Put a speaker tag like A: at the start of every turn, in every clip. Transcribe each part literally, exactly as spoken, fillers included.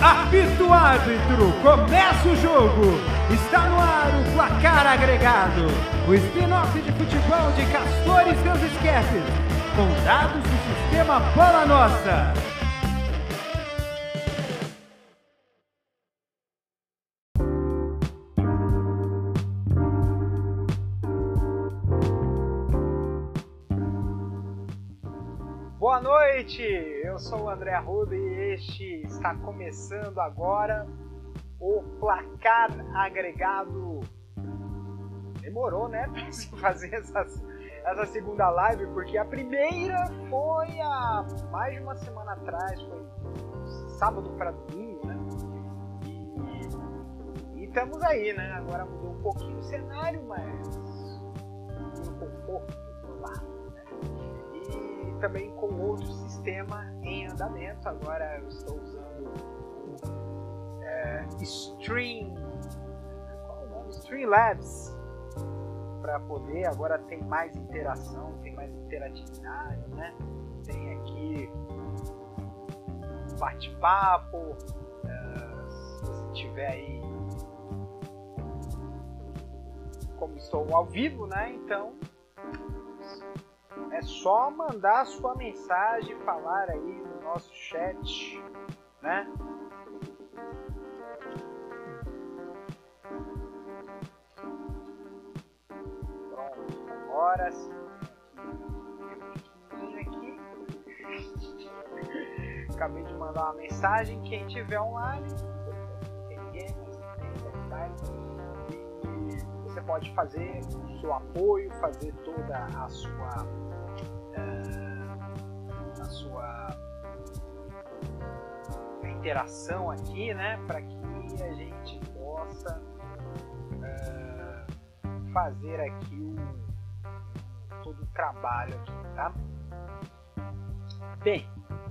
A: Apito árbitro, começa o jogo. Está no ar o placar agregado. O spin-off de futebol de Castor e seus esquetes. Com dados do sistema Bola Nossa.
B: Boa noite, eu sou o André Arruda e este está começando agora o placar agregado. Demorou, né, para se fazer essa, essa segunda live, porque a primeira foi há mais de uma semana atrás, foi sábado para domingo, né? E, e estamos aí, né? Agora mudou um pouquinho o cenário, mas um conforto do lado. Também com outro sistema em andamento. Agora eu estou usando é, Stream, qual é o nome? Streamlabs para poder. Agora tem mais interação, tem mais interatividade, né? Tem aqui bate-papo. É, se você tiver aí, como estou ao vivo, né? Então é só mandar a sua mensagem, falar aí no nosso chat, né? Pronto, agora sim. Aqui. Acabei de mandar uma mensagem. Quem tiver online, ninguém, e você pode fazer o seu apoio, fazer toda a sua a sua interação aqui, né, para que a gente possa uh, fazer aqui o, todo o trabalho aqui, tá? Bem,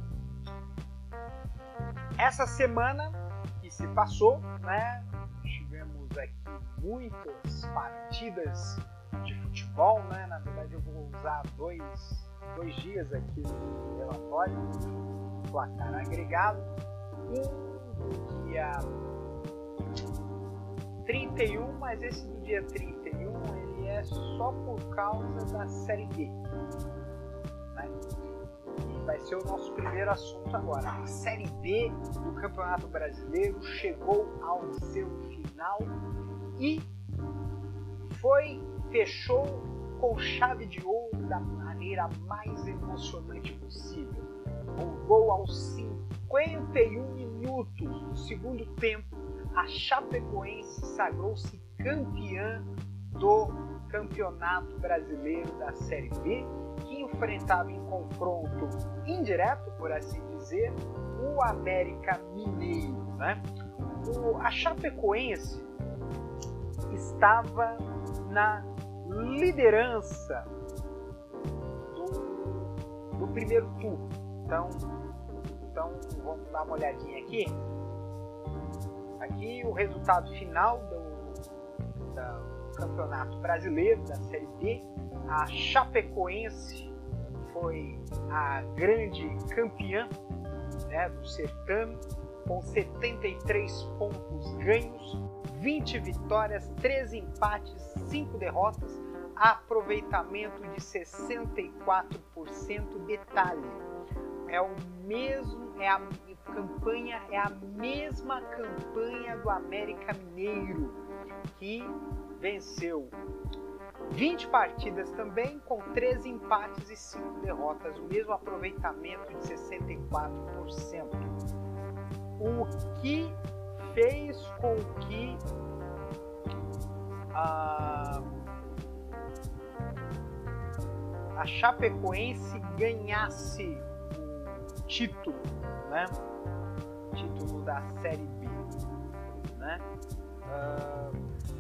B: essa semana que se passou, né, tivemos aqui muitas partidas de futebol, né? Na verdade eu vou usar dois dois dias aqui no relatório, placar agregado. Um do dia trinta e um, mas esse do dia trinta e um ele é só por causa da Série B, né? E vai ser o nosso primeiro assunto agora. A Série B do Campeonato Brasileiro chegou ao seu final e foi, fechou com chave de ouro da maneira mais emocionante possível. Um gol aos cinquenta e um minutos do segundo tempo, a Chapecoense sagrou-se campeã do Campeonato Brasileiro da Série B, que enfrentava em confronto indireto, por assim dizer, o América Mineiro, né? O, a Chapecoense estava na liderança do, do primeiro turno. Então, então vamos dar uma olhadinha aqui. Aqui o resultado final do, da, do Campeonato Brasileiro da Série B. A Chapecoense foi a grande campeã, né, do certame, com setenta e três pontos ganhos, vinte vitórias, treze empates, cinco derrotas, aproveitamento de sessenta e quatro por cento. Detalhe, é o mesmo, é a campanha, é a mesma campanha do América Mineiro, que venceu vinte partidas também, com treze empates e cinco derrotas, o mesmo aproveitamento de sessenta e quatro por cento. O que fez com que a, a Chapecoense ganhasse o título, né? Título da Série B, né? Uh,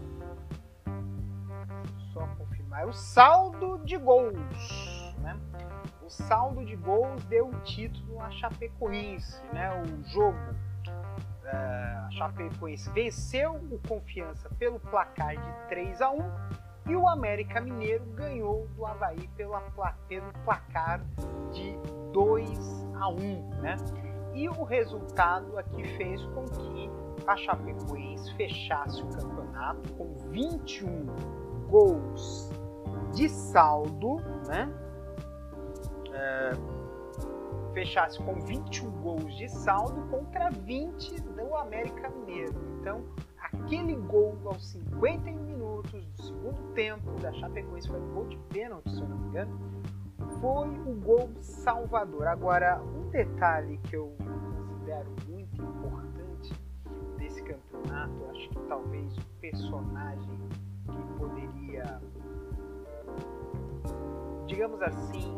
B: só confirmar o saldo de gols, né? O saldo de gols deu o título à Chapecoense, né? O jogo, uh, a Chapecoense venceu o Confiança pelo placar de três a um e o América Mineiro ganhou do Avaí pela, pelo placar de dois a um, né? e o resultado aqui fez com que a Chapecoense fechasse o campeonato com vinte e um gols de saldo, né? É, fechasse com vinte e um gols de saldo contra vinte do América Mineiro. Então, aquele gol aos cinquenta minutos do segundo tempo da Chapecoense, foi um gol de pênalti, se eu não me engano, foi o gol salvador. Agora, um detalhe que eu considero muito importante desse campeonato, eu acho que talvez o personagem que poderia, digamos assim,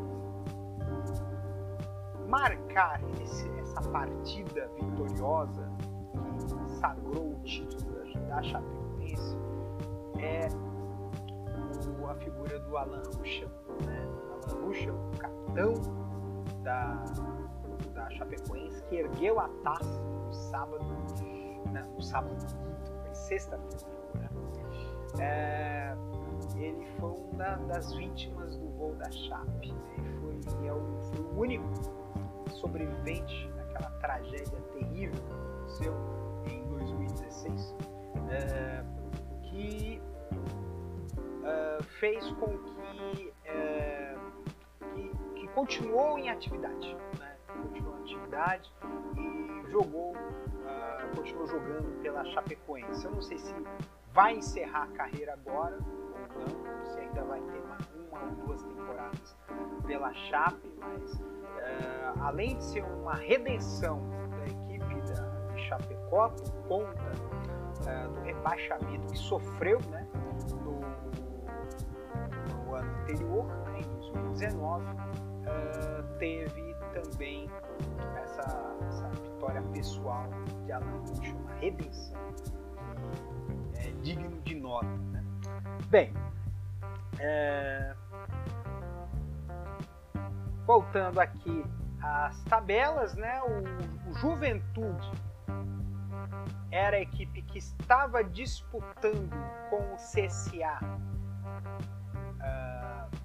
B: marcar esse, essa partida vitoriosa que sagrou o título da, da Chapecoense é o, a figura do Alan Ruschel, né? Alan Ruschel, o capitão da, da Chapecoense, que ergueu a taça no sábado, né? no sábado, foi sexta-feira, né? É, ele foi uma das vítimas do gol da Chape, né? Ele foi, é o, foi o único sobrevivente daquela tragédia terrível que aconteceu em dois mil e dezesseis, é, que é, fez com que, é, que, que continuou em atividade, né? Continuou em atividade e jogou, uh, continuou jogando pela Chapecoense. Eu não sei se vai encerrar a carreira agora ou não, se ainda vai ter uma, uma ou duas temporadas pela Chape, mas Uh, além de ser uma redenção da equipe da, de Chapecó por conta uh, do rebaixamento que sofreu, né, no, no ano anterior, né, em dois mil e dezenove, uh, teve também essa, essa vitória pessoal de Alan Ruschel, uma redenção que é digno de nota, né? Bem, é... voltando aqui às tabelas, né? O, o Juventude era a equipe que estava disputando com o C S A, uh,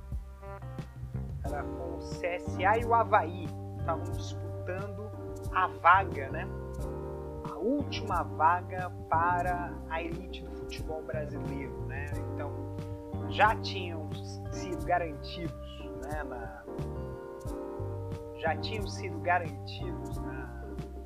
B: era com o C S A e o Avaí, estavam disputando a vaga, né? A última vaga para a elite do futebol brasileiro, né? Então já tinham sido garantidos, né, na, já tinham sido garantidos na,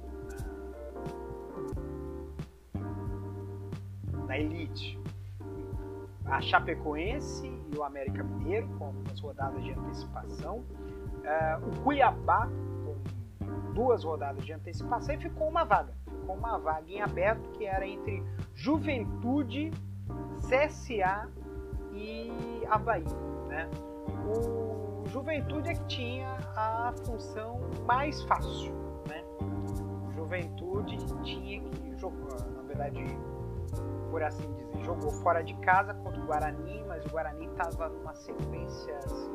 B: na, na elite a Chapecoense e o América Mineiro, com algumas rodadas de antecipação, uh, o Cuiabá com duas rodadas de antecipação, e ficou uma vaga, ficou uma vaga em aberto que era entre Juventude, C S A e Avaí, né? O Juventude é que tinha a função mais fácil, né? O Juventude tinha que jogar, na verdade, por assim dizer, jogou fora de casa contra o Guarani, mas o Guarani estava numa sequência assim,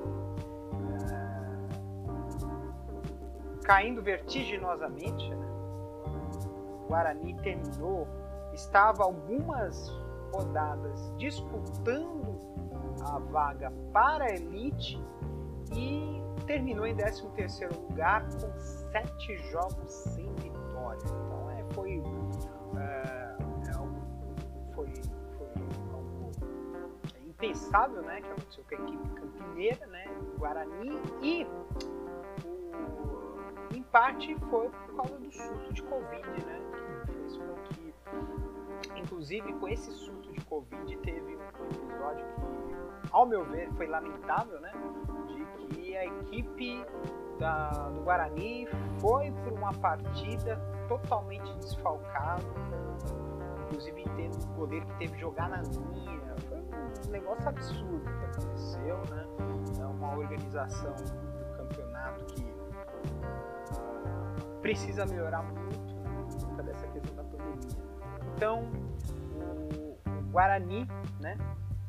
B: uh, caindo vertiginosamente, né? O Guarani terminou, estava algumas rodadas disputando a vaga para a elite e terminou em décimo terceiro lugar com sete jogos sem vitória. Então é, foi, é, é algo, foi, foi algo impensável, né, que aconteceu com a equipe campineira, né, o Guarani, e o, em parte foi por causa do surto de Covid, né, que fez com que, inclusive com esse surto de Covid, teve um episódio que, ao meu ver, foi lamentável, né? De que a equipe da, do Guarani foi para uma partida totalmente desfalcada, inclusive tendo um goleiro que teve que jogar na linha. Foi um negócio absurdo que aconteceu, né? É uma organização do campeonato que uh, precisa melhorar muito, né, por conta dessa questão da pandemia. Então, o, o Guarani, né?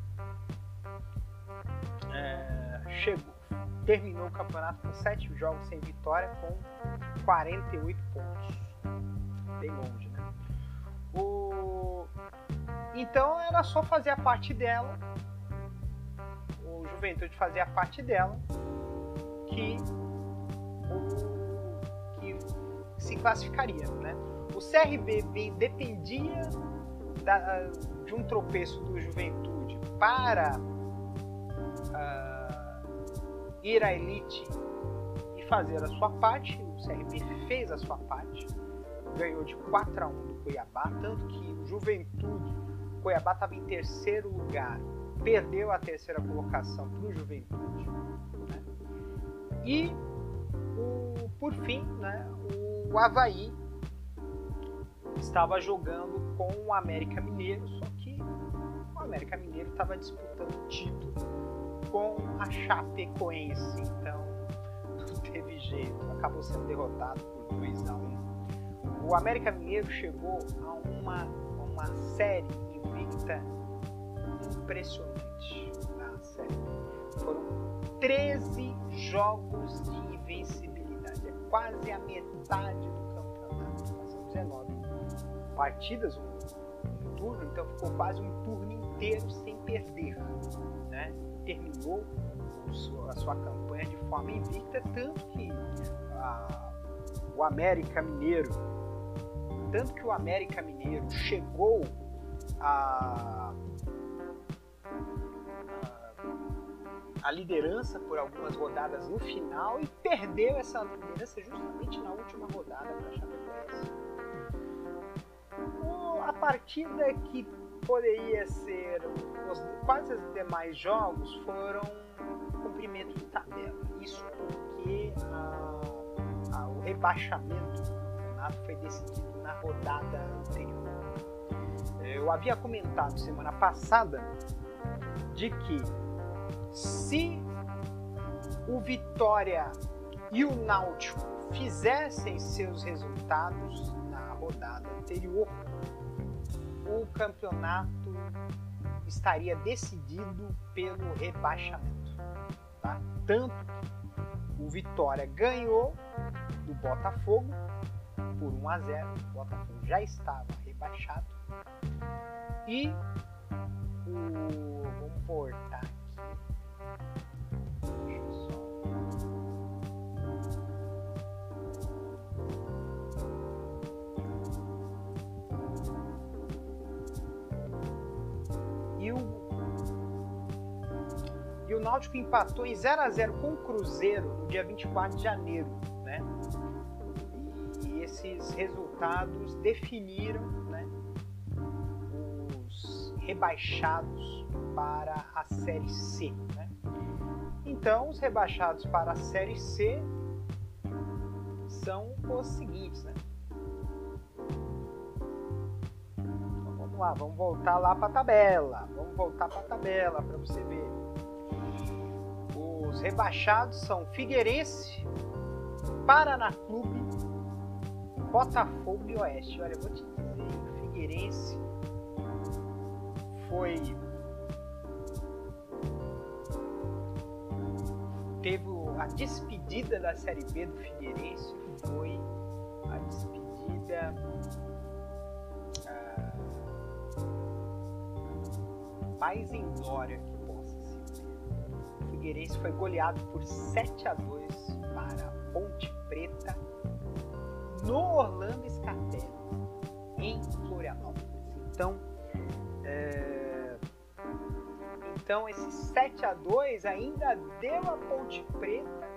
B: É, chegou, terminou o campeonato com sete jogos sem vitória, com quarenta e oito pontos, bem longe, né? O... Então era só fazer a parte dela, o Juventude fazia a parte dela, que, o... que classificaria, né? O C R B dependia da, de um tropeço do Juventude para uh, ir à elite e fazer a sua parte. O C R B fez a sua parte, ganhou de quatro a um do Cuiabá, tanto que o Juventude, o Cuiabá estava em terceiro lugar, perdeu a terceira colocação para o Juventude, né? E o, por fim, né, o Avaí estava jogando com o América Mineiro, só que o América Mineiro estava disputando o título com a Chapecoense, então não teve jeito, acabou sendo derrotado por dois a um. O América Mineiro chegou a uma, uma série invicta impressionante na série. Foram treze jogos de invencibilidade, é quase a metade do campeonato, são dezenove partidas um, um turno, então ficou quase um turno inteiro sem perder, né? Terminou a sua campanha de forma invicta, tanto que a, o América Mineiro tanto que o América Mineiro chegou a, a, a liderança por algumas rodadas no final e perdeu essa liderança justamente na última rodada para a Chapecoense. A partida que poderia ser os, quase os demais jogos foram cumprimento de tabela. Isso porque a, a, o rebaixamento do campeonato foi decidido na rodada anterior. Eu havia comentado semana passada de que se o Vitória e o Náutico fizessem seus resultados na rodada anterior, o campeonato estaria decidido pelo rebaixamento, tá? Tanto que o Vitória ganhou do Botafogo por um a zero, o Botafogo já estava rebaixado, e o... vamos voltar aqui, deixa eu só... E o, e o Náutico empatou em zero a zero com o Cruzeiro no dia vinte e quatro de janeiro, né? E esses resultados definiram, né, os rebaixados para a Série C, né? Então, os rebaixados para a Série C são os seguintes, né? Vamos lá, vamos voltar lá para a tabela. Vamos voltar para a tabela para você ver. Os rebaixados são Figueirense, Paraná Clube, Botafogo e Oeste. Olha, eu vou te dizer, o Figueirense foi... Teve a despedida da Série B do Figueirense, foi a despedida... mais em glória que possa se ver. O Figueirense foi goleado por sete a dois para a Ponte Preta no Orlando Scarpelli, em Florianópolis. Então, é... então esse sete a dois ainda deu à Ponte Preta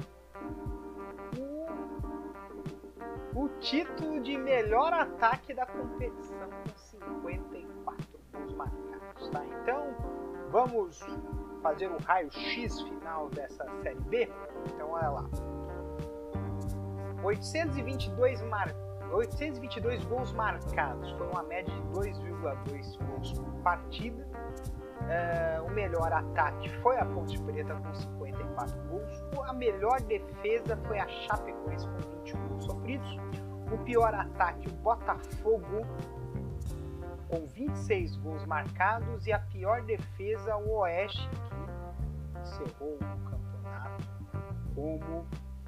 B: o... o título de melhor ataque da competição com cinquenta e quatro gols marcados. Tá? Então, vamos fazer o raio-x final dessa Série B? Então, olha lá. oitocentos e vinte e dois, mar... oitocentos e vinte e dois gols marcados. Foi uma média de dois vírgula dois gols por partida. Uh, o melhor ataque foi a Ponte Preta com cinquenta e quatro gols. A melhor defesa foi a Chapecoense com vinte e um gols sofridos. O pior ataque, o Botafogo, com vinte e seis gols marcados, e a pior defesa, o Oeste, que encerrou o campeonato como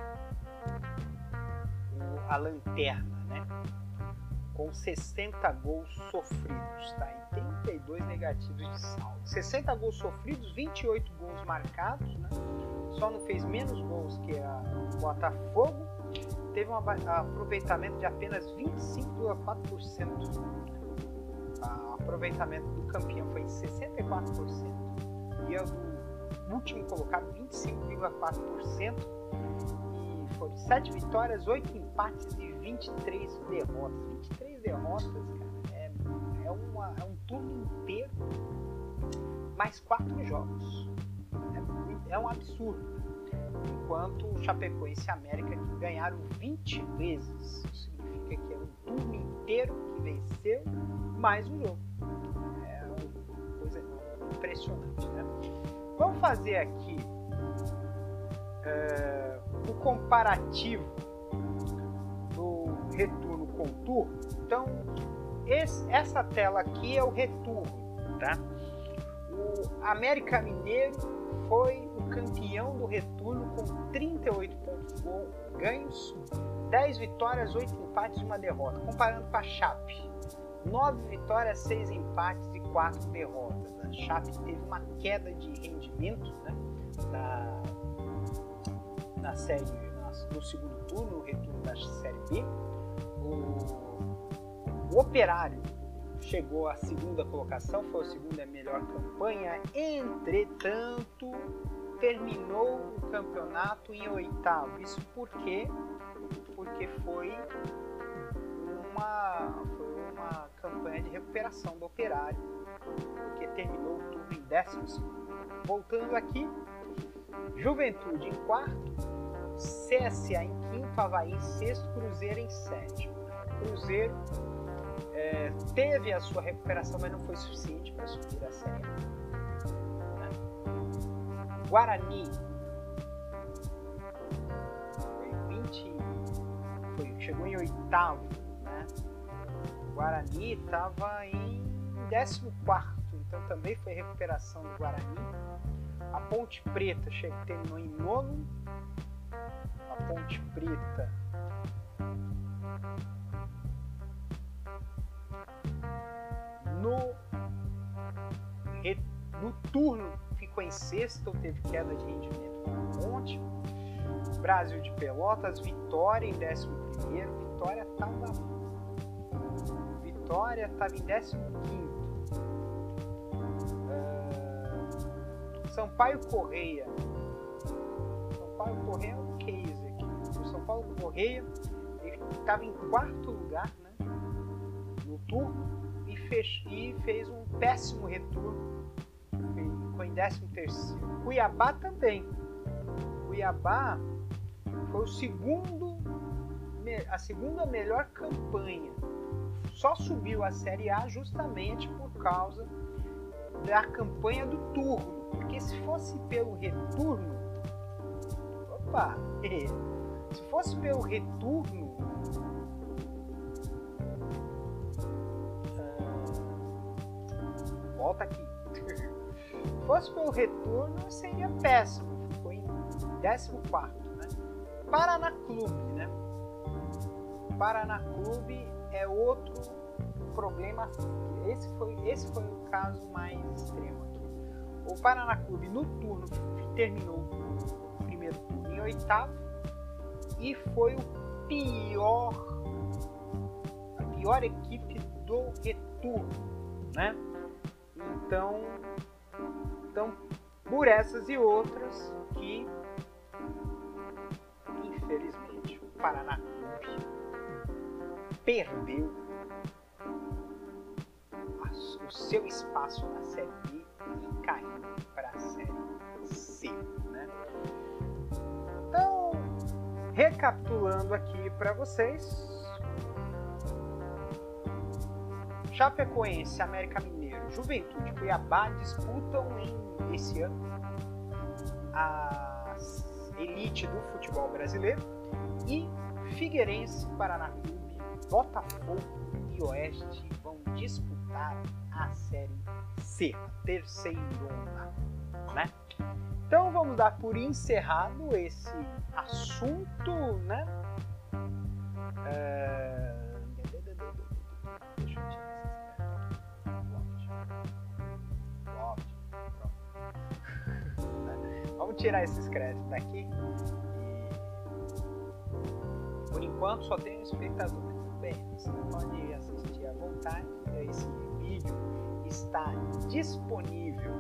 B: o, a lanterna, né? Com sessenta gols sofridos, tá? E trinta e dois negativos de saldo. sessenta gols sofridos, vinte e oito gols marcados, né? Só não fez menos gols que a Botafogo, teve um aproveitamento de apenas vinte e cinco vírgula quatro por cento. O aproveitamento do campeão foi sessenta e quatro por cento e o do último colocado vinte e cinco vírgula quatro por cento. E foram sete vitórias, oito empates e vinte e três derrotas. vinte e três derrotas, cara, é, é, uma, é um turno inteiro mais quatro jogos. É, é um absurdo. Enquanto o Chapecoense e América que ganharam vinte vezes. Isso significa que é um turno inteiro que venceu mais um jogo. É uma coisa impressionante, né? Vamos fazer aqui é, o comparativo do retorno com o turno. Então, esse, essa tela aqui é o retorno, tá? O América Mineiro foi o campeão do retorno com trinta e oito pontos ganhos, dez vitórias, oito empates e uma derrota. Comparando com a Chape, nove vitórias, seis empates e quatro derrotas. A Chape teve uma queda de rendimento, né, na, na série, na, no segundo turno, no retorno da Série B. O, o Operário chegou à segunda colocação, foi a segunda melhor campanha, entretanto terminou o campeonato em oitavo. Isso por quê? Porque foi uma, foi uma campanha de recuperação do Operário, porque terminou o turno em décimo segundo. Voltando aqui, Juventude em quarto, C S A em quinto, Avaí em sexto, Cruzeiro em sétimo. Cruzeiro É, teve a sua recuperação, mas não foi suficiente para subir a série. Né? Guarani foi vinte, foi, chegou em oitavo. Né? Guarani estava em décimo quarto, então também foi recuperação do Guarani. A Ponte Preta chegou, terminou em nono. A Ponte Preta No, no turno ficou em sexto, teve queda de rendimento na Ponte. Brasil de Pelotas, Vitória em décimo primeiro. Vitória estava Vitória estava em décimo quinto. Uh, Sampaio Correia. Sampaio Correia é um case aqui. O São Paulo Correia estava em quarto lugar, né, no turno. E fez um péssimo retorno, ficou em décimo terceiro. Cuiabá também. Cuiabá foi o segundo, a segunda melhor campanha. Só subiu a Série A justamente por causa da campanha do turno. Porque se fosse pelo retorno, opa, se fosse pelo retorno, volta aqui. Se fosse pelo retorno, seria péssimo. Ficou em décimo quarto. Né? Paraná Clube, né? Paraná Clube é outro problema. Esse foi, esse foi o caso mais extremo aqui. O Paraná Clube no turno terminou o primeiro turno em oitavo e foi o pior, a pior equipe do retorno, né? Então, então, por essas e outras que, infelizmente, o Paraná Clube perdeu a, o seu espaço na Série B e caiu para a Série C. Né? Então, recapitulando aqui para vocês, Chapecoense, América Mineiro, Juventude e Cuiabá disputam em, esse ano a elite do futebol brasileiro, e Figueirense, Paraná Clube, Botafogo e Oeste vão disputar a Série C, a terceirona, né? Então vamos dar por encerrado esse assunto, né? É... Deixa eu tirar Vamos tirar esses créditos daqui e, por enquanto só tem um espectador. Tudo bem, você pode assistir à vontade. Esse vídeo está disponível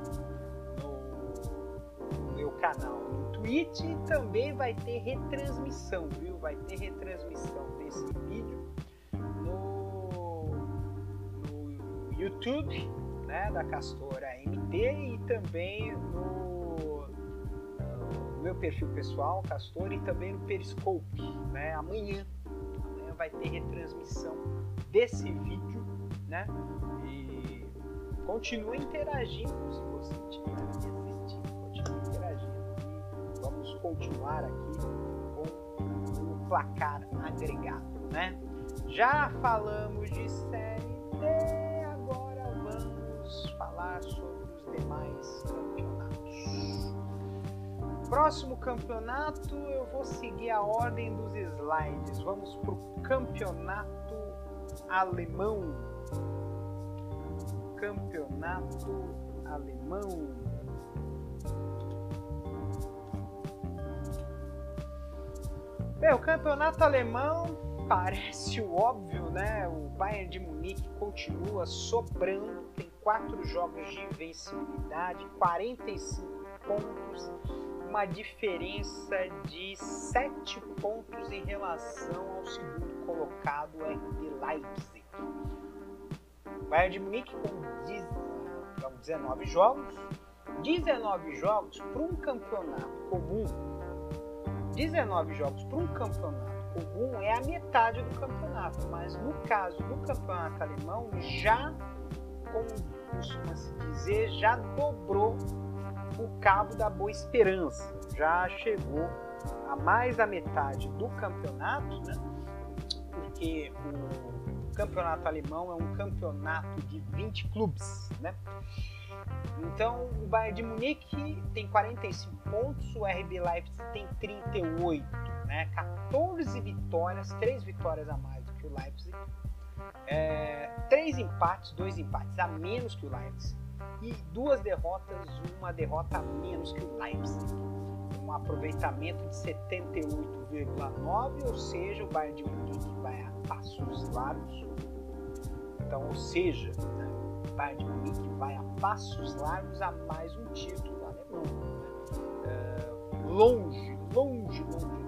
B: no, no meu canal no Twitch e também vai ter retransmissão, viu? Vai ter retransmissão desse vídeo no, no YouTube, né, da Castora M T e também no, no meu perfil pessoal, Castor, e também no Periscope, né? Amanhã, amanhã vai ter retransmissão desse vídeo, né? E continue interagindo se você tiver assistindo, continue interagindo e vamos continuar aqui com o placar agregado, né? Já falamos de Série D, agora vamos falar sobre os demais campeonatos. Próximo campeonato, eu vou seguir a ordem dos slides. Vamos para o campeonato alemão. Campeonato alemão. Bem, o campeonato alemão parece o óbvio, né? O Bayern de Munique continua sobrando, tem quatro jogos de invencibilidade, quarenta e cinco pontos, uma diferença de sete pontos em relação ao segundo colocado, o R B Leipzig. O Bayern de Munique com dezenove jogos, dezenove jogos para um campeonato comum, dezenove jogos para um campeonato comum é a metade do campeonato, mas no caso do campeonato alemão, já, como costuma-se dizer, já dobrou o cabo da Boa Esperança, já chegou a mais da metade do campeonato, né? Porque o campeonato alemão é um campeonato de vinte clubes, né? Então o Bayern de Munique tem quarenta e cinco pontos, o R B Leipzig tem trinta e oito, né? quatorze vitórias, três vitórias a mais do que o Leipzig, é, três empates, dois empates a menos que o Leipzig e duas derrotas, uma derrota a menos que o Leipzig. Um aproveitamento de setenta e oito vírgula nove, ou seja, o Bayern de Munique vai a passos largos. Então, ou seja, né, o Bayern de Munique vai a passos largos a mais um título alemão. Né? É, longe, longe, longe.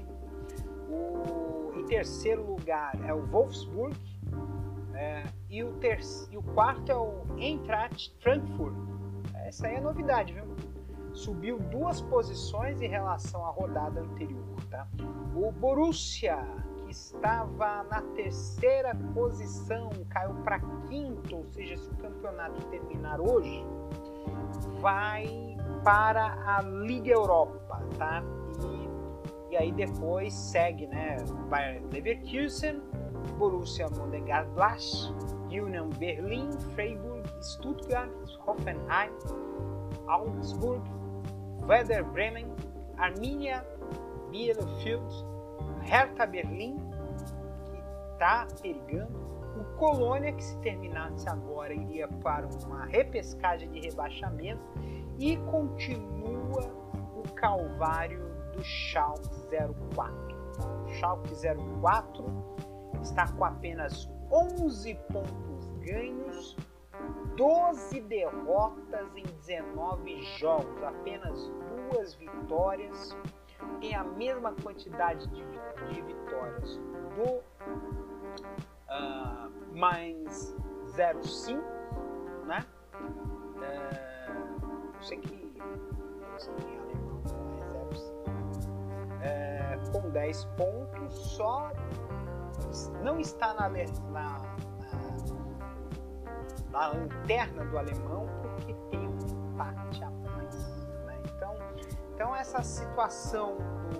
B: O, em terceiro lugar é o Wolfsburg, é, e, o ter, e o quarto é o Eintracht Frankfurt. Essa aí é novidade, viu? Subiu duas posições em relação à rodada anterior, tá? O Borussia, que estava na terceira posição, caiu para quinto, ou seja, se o campeonato terminar hoje, vai para a Liga Europa, tá? E, e aí depois segue, né? Bayer Leverkusen, Borussia Mönchengladbach, Union Berlin, Freiburg, Stuttgart, Hoffenheim, Augsburg, Werder Bremen, Arminia Bielefeld, Hertha Berlim, que está perigando, o Colônia, que se terminasse agora iria para uma repescagem de rebaixamento, e continua o calvário do Schalke zero quatro. O Schalke zero quatro está com apenas onze pontos ganhos, doze derrotas em dezenove jogos, apenas duas vitórias, tem a mesma quantidade de, de vitórias do uh, Mainz zero cinco, né? Uh, eu sei que em alemão não é zero cinco, uh, com dez pontos, só não está na, na na lanterna do alemão porque tem um empate a mais, né? Então, então essa situação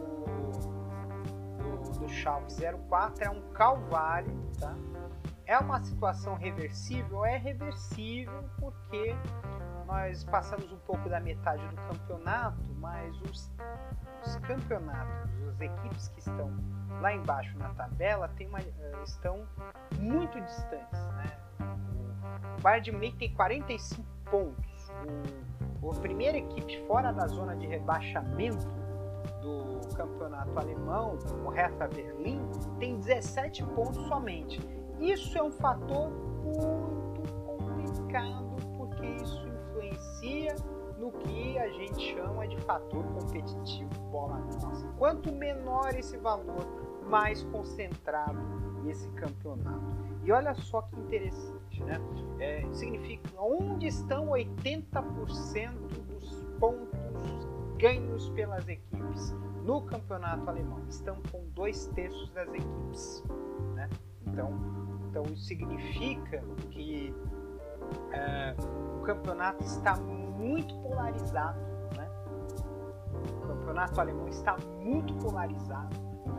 B: do, do, do Schalke zero quatro é um calvário, tá? É uma situação reversível? É reversível porque nós passamos um pouco da metade do campeonato, mas os, os campeonatos, as equipes que estão lá embaixo na tabela tem uma, estão muito distantes, né? O Bayern de Munique tem quarenta e cinco pontos. O, a primeira equipe fora da zona de rebaixamento do campeonato alemão, o Hertha Berlim, tem dezessete pontos somente. Isso é um fator muito complicado, porque isso influencia no que a gente chama de fator competitivo bola nossa. Quanto menor esse valor, mais concentrado esse campeonato. E olha só que interessante, né? É, significa onde estão oitenta por cento dos pontos ganhos pelas equipes no campeonato alemão. Estão com dois terços das equipes, né? Então, então isso significa que é, o campeonato está muito polarizado, né? O campeonato alemão está muito polarizado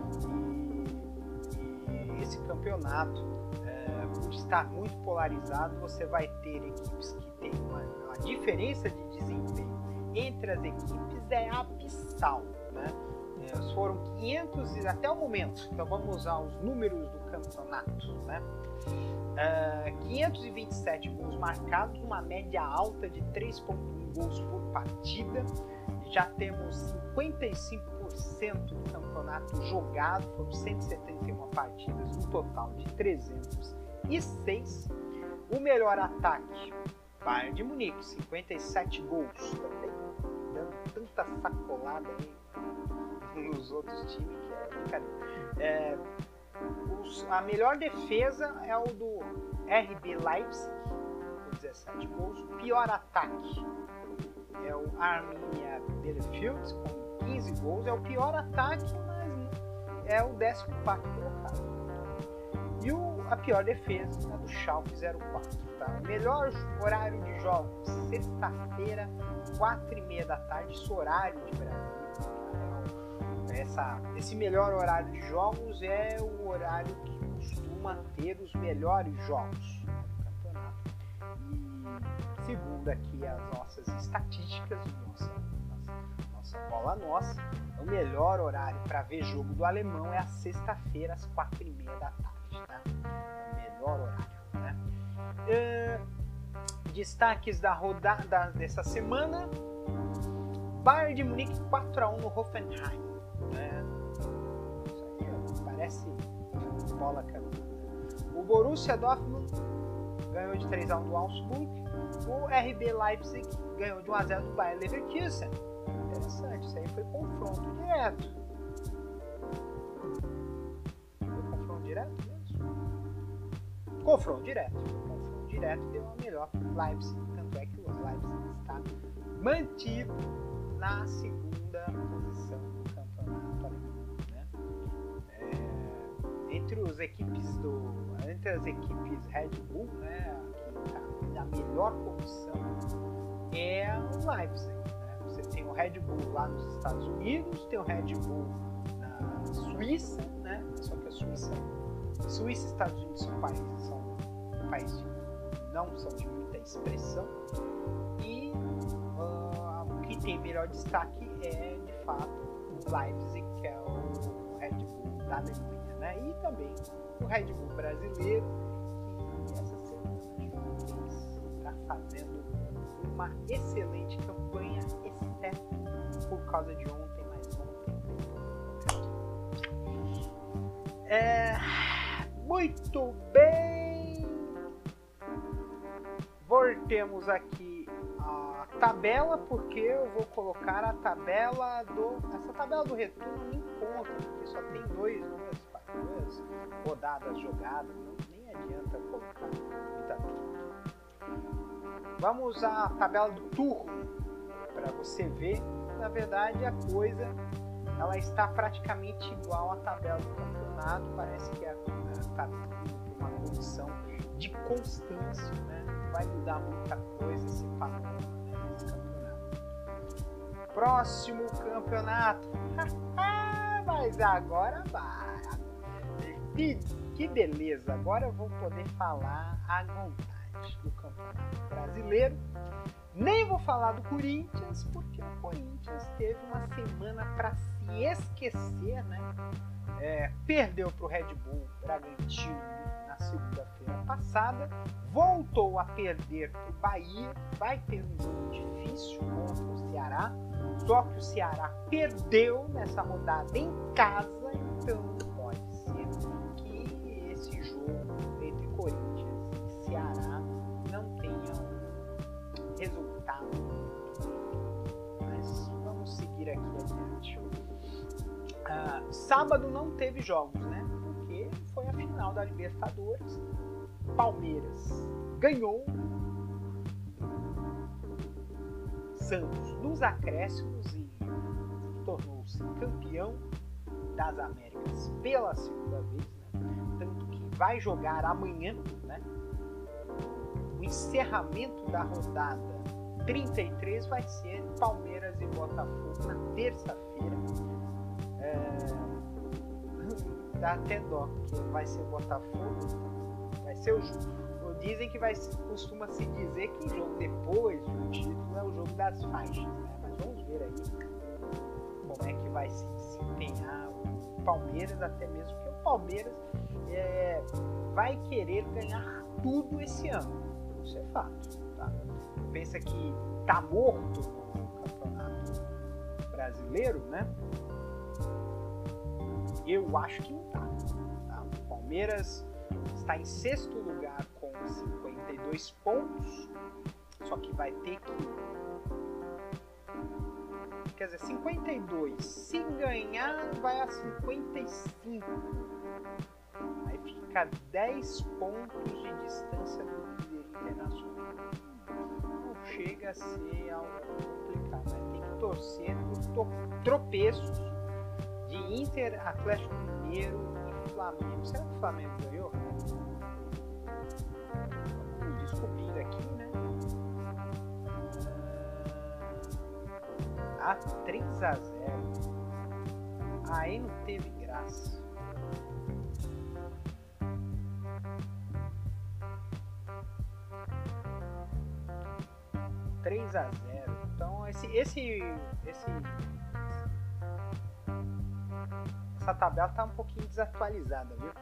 B: e, e esse campeonato, é, por estar muito polarizado, você vai ter equipes que têm uma, uma diferença de desempenho entre as equipes é abissal, né? É, foram quinhentos até o momento, então vamos usar os números do campeonato, né? Uh, quinhentos e vinte e sete gols marcados, uma média alta de três vírgula um gols por partida. Já temos cinquenta e cinco por cento do campeonato jogado, foram cento e setenta e uma partidas no total de trezentos e seis. O melhor ataque, Bayern de Munique, cinquenta e sete gols, também dando tanta sacolada aí nos outros times que é brincadeira. É, Os, a melhor defesa é o do R B Leipzig, com dezessete gols. O pior ataque é o Arminia Bielefeld, com quinze gols. É o pior ataque, mas é o décimo quarto colocado. E o, a pior defesa é do Schalke zero quatro. Tá? O melhor horário de jogos, sexta-feira, quatro e meia da tarde, esse horário de Brasília. Essa, esse melhor horário de jogos é o horário que costuma ter os melhores jogos do campeonato. E segundo aqui as nossas estatísticas, nossa, nossa, nossa bola nossa, o melhor horário para ver jogo do alemão é a sexta-feira às quatro e meia da tarde. Tá? É o melhor horário. Né? É, destaques da rodada dessa semana: Bayern de Munique quatro a um no Hoffenheim. É, isso aí parece bola canada. O Borussia Dortmund ganhou de três a um do Augsburg. O R B Leipzig ganhou de um a zero do Bayer Leverkusen. Interessante, isso aí foi confronto direto. Foi confronto direto mesmo? Confronto direto. Confronto direto deu a melhor para o Leipzig. Tanto é que o Leipzig está mantido na segunda posição do campeonato alemão, né? É, entre os equipes do, entre as equipes Red Bull, né, que está na melhor posição é o Leipzig. Né? Você tem o Red Bull lá nos Estados Unidos, tem o Red Bull na Suíça, né? Só que a Suíça, Suíça e Estados Unidos são países, são países de, não são de muita expressão e que tem melhor destaque é, de fato, o Leipzig, que é o Red Bull da Alemanha, né? E também o Red Bull brasileiro, que essa semana está fazendo uma excelente campanha, exceto por causa de ontem, mas ontem. É, muito bem! Voltemos aqui a tabela, porque eu vou colocar a tabela do... Essa tabela do retorno nem conta, porque só tem dois, duas, duas rodadas jogadas, não, nem adianta colocar muita coisa. Vamos à tabela do turno, para você ver, na verdade a coisa ela está praticamente igual à tabela do campeonato, parece que está indo para uma condição de constância, né? Vai mudar muita coisa esse panorama, né, nesse campeonato. Próximo campeonato. Mas agora vai. Que, que beleza. Agora eu vou poder falar à vontade do campeonato brasileiro. Nem vou falar do Corinthians, porque o Corinthians teve uma semana para se esquecer, né? É, perdeu para o Red Bull Bragantino na segunda-feira passada, voltou a perder para o Bahia, vai ter um jogo difícil contra o Ceará, Só que o Ceará perdeu nessa rodada em casa, então pode ser que esse jogo entre Corinthians e Ceará não tenha um resultado. Mas vamos seguir aqui adiante. Ah, sábado não teve jogos, né? Porque foi a final da Libertadores. Palmeiras ganhou. Santos nos acréscimos e tornou-se campeão das Américas pela segunda vez, né? Tanto que vai jogar amanhã, né? O encerramento da rodada trinta e três vai ser Palmeiras e Botafogo na terça-feira. É... Dá até dó, porque vai ser Botafogo, vai ser o jogo. Dizem que vai, costuma se dizer que o jogo depois do título é o jogo das faixas, né? Mas vamos ver aí como é que vai se desempenhar o Palmeiras, até mesmo porque o Palmeiras é, vai querer ganhar tudo esse ano. Isso é fato, tá? Pensa que tá morto no Campeonato Brasileiro, né? Eu acho que não tá, tá? O Palmeiras está em sexto lugar com cinquenta e dois pontos, só que vai ter que... Quer dizer, cinquenta e dois, se ganhar vai a cinquenta e cinco. Aí fica dez pontos de distância do líder Internacional. Não chega a ser algo complicado, né? Tem que torcer por tropeços de Inter, Atlético Mineiro e Flamengo. Será que o Flamengo ganhou? Vamos descobrir aqui, né? A três a zero. Aí não teve graça. três a zero. Então esse, esse, esse, essa tabela tá um pouquinho desatualizada, viu?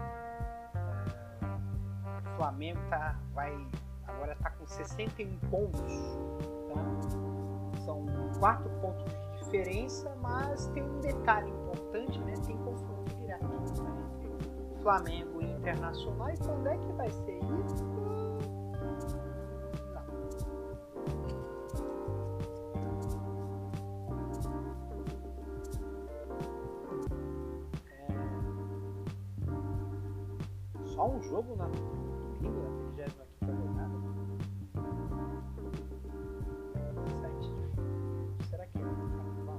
B: É, o Flamengo tá, vai, agora tá com sessenta e um pontos, tá? São quatro pontos de diferença, mas tem um detalhe importante, né? Tem confronto direto, né? Entre Flamengo e Internacional. E quando é que vai ser isso? Só um jogo na domingo, na trigésima quinta rodada. sete de fevereiro. Será que é no carnaval?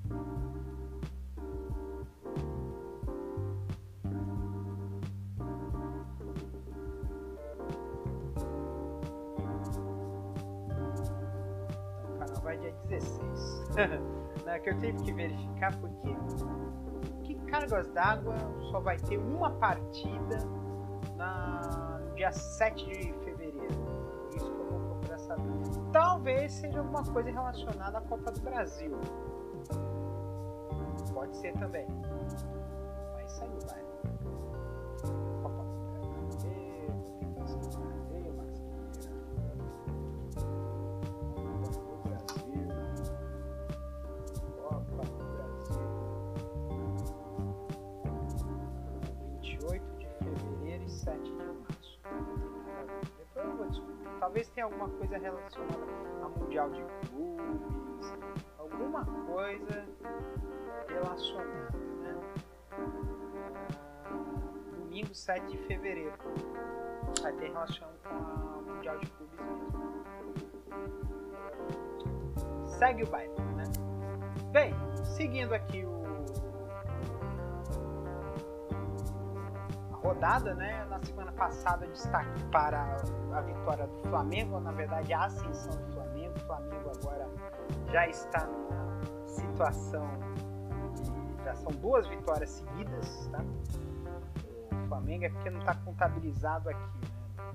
B: O carnaval é dia dezesseis. Não, que eu tive que verificar porque que Cargas d'Água só vai ter uma partida Na, no dia sete de fevereiro. Por isso que eu vou procurar saber. Talvez seja alguma coisa relacionada à Copa do Brasil. Pode ser também. Mas segue o baile. Copa do Brasil. Vou ter que Brasil, Masqueira. Copa do Brasil. Copa do Brasil. vinte e oito de fevereiro e sete de março. Depois eu vou descobrir. Talvez tenha alguma coisa relacionada a Mundial de Clubes, alguma coisa relacionada, né? Ah, domingo sete de fevereiro. Vai ter relação com a Mundial de Clubes mesmo. Segue o baile, né? Bem, seguindo aqui o rodada, né? Na semana passada destaque para a vitória do Flamengo, ou, na verdade a ascensão do Flamengo. O Flamengo agora já está numa situação de, já são duas vitórias seguidas, tá? O Flamengo é porque não está contabilizado aqui, né?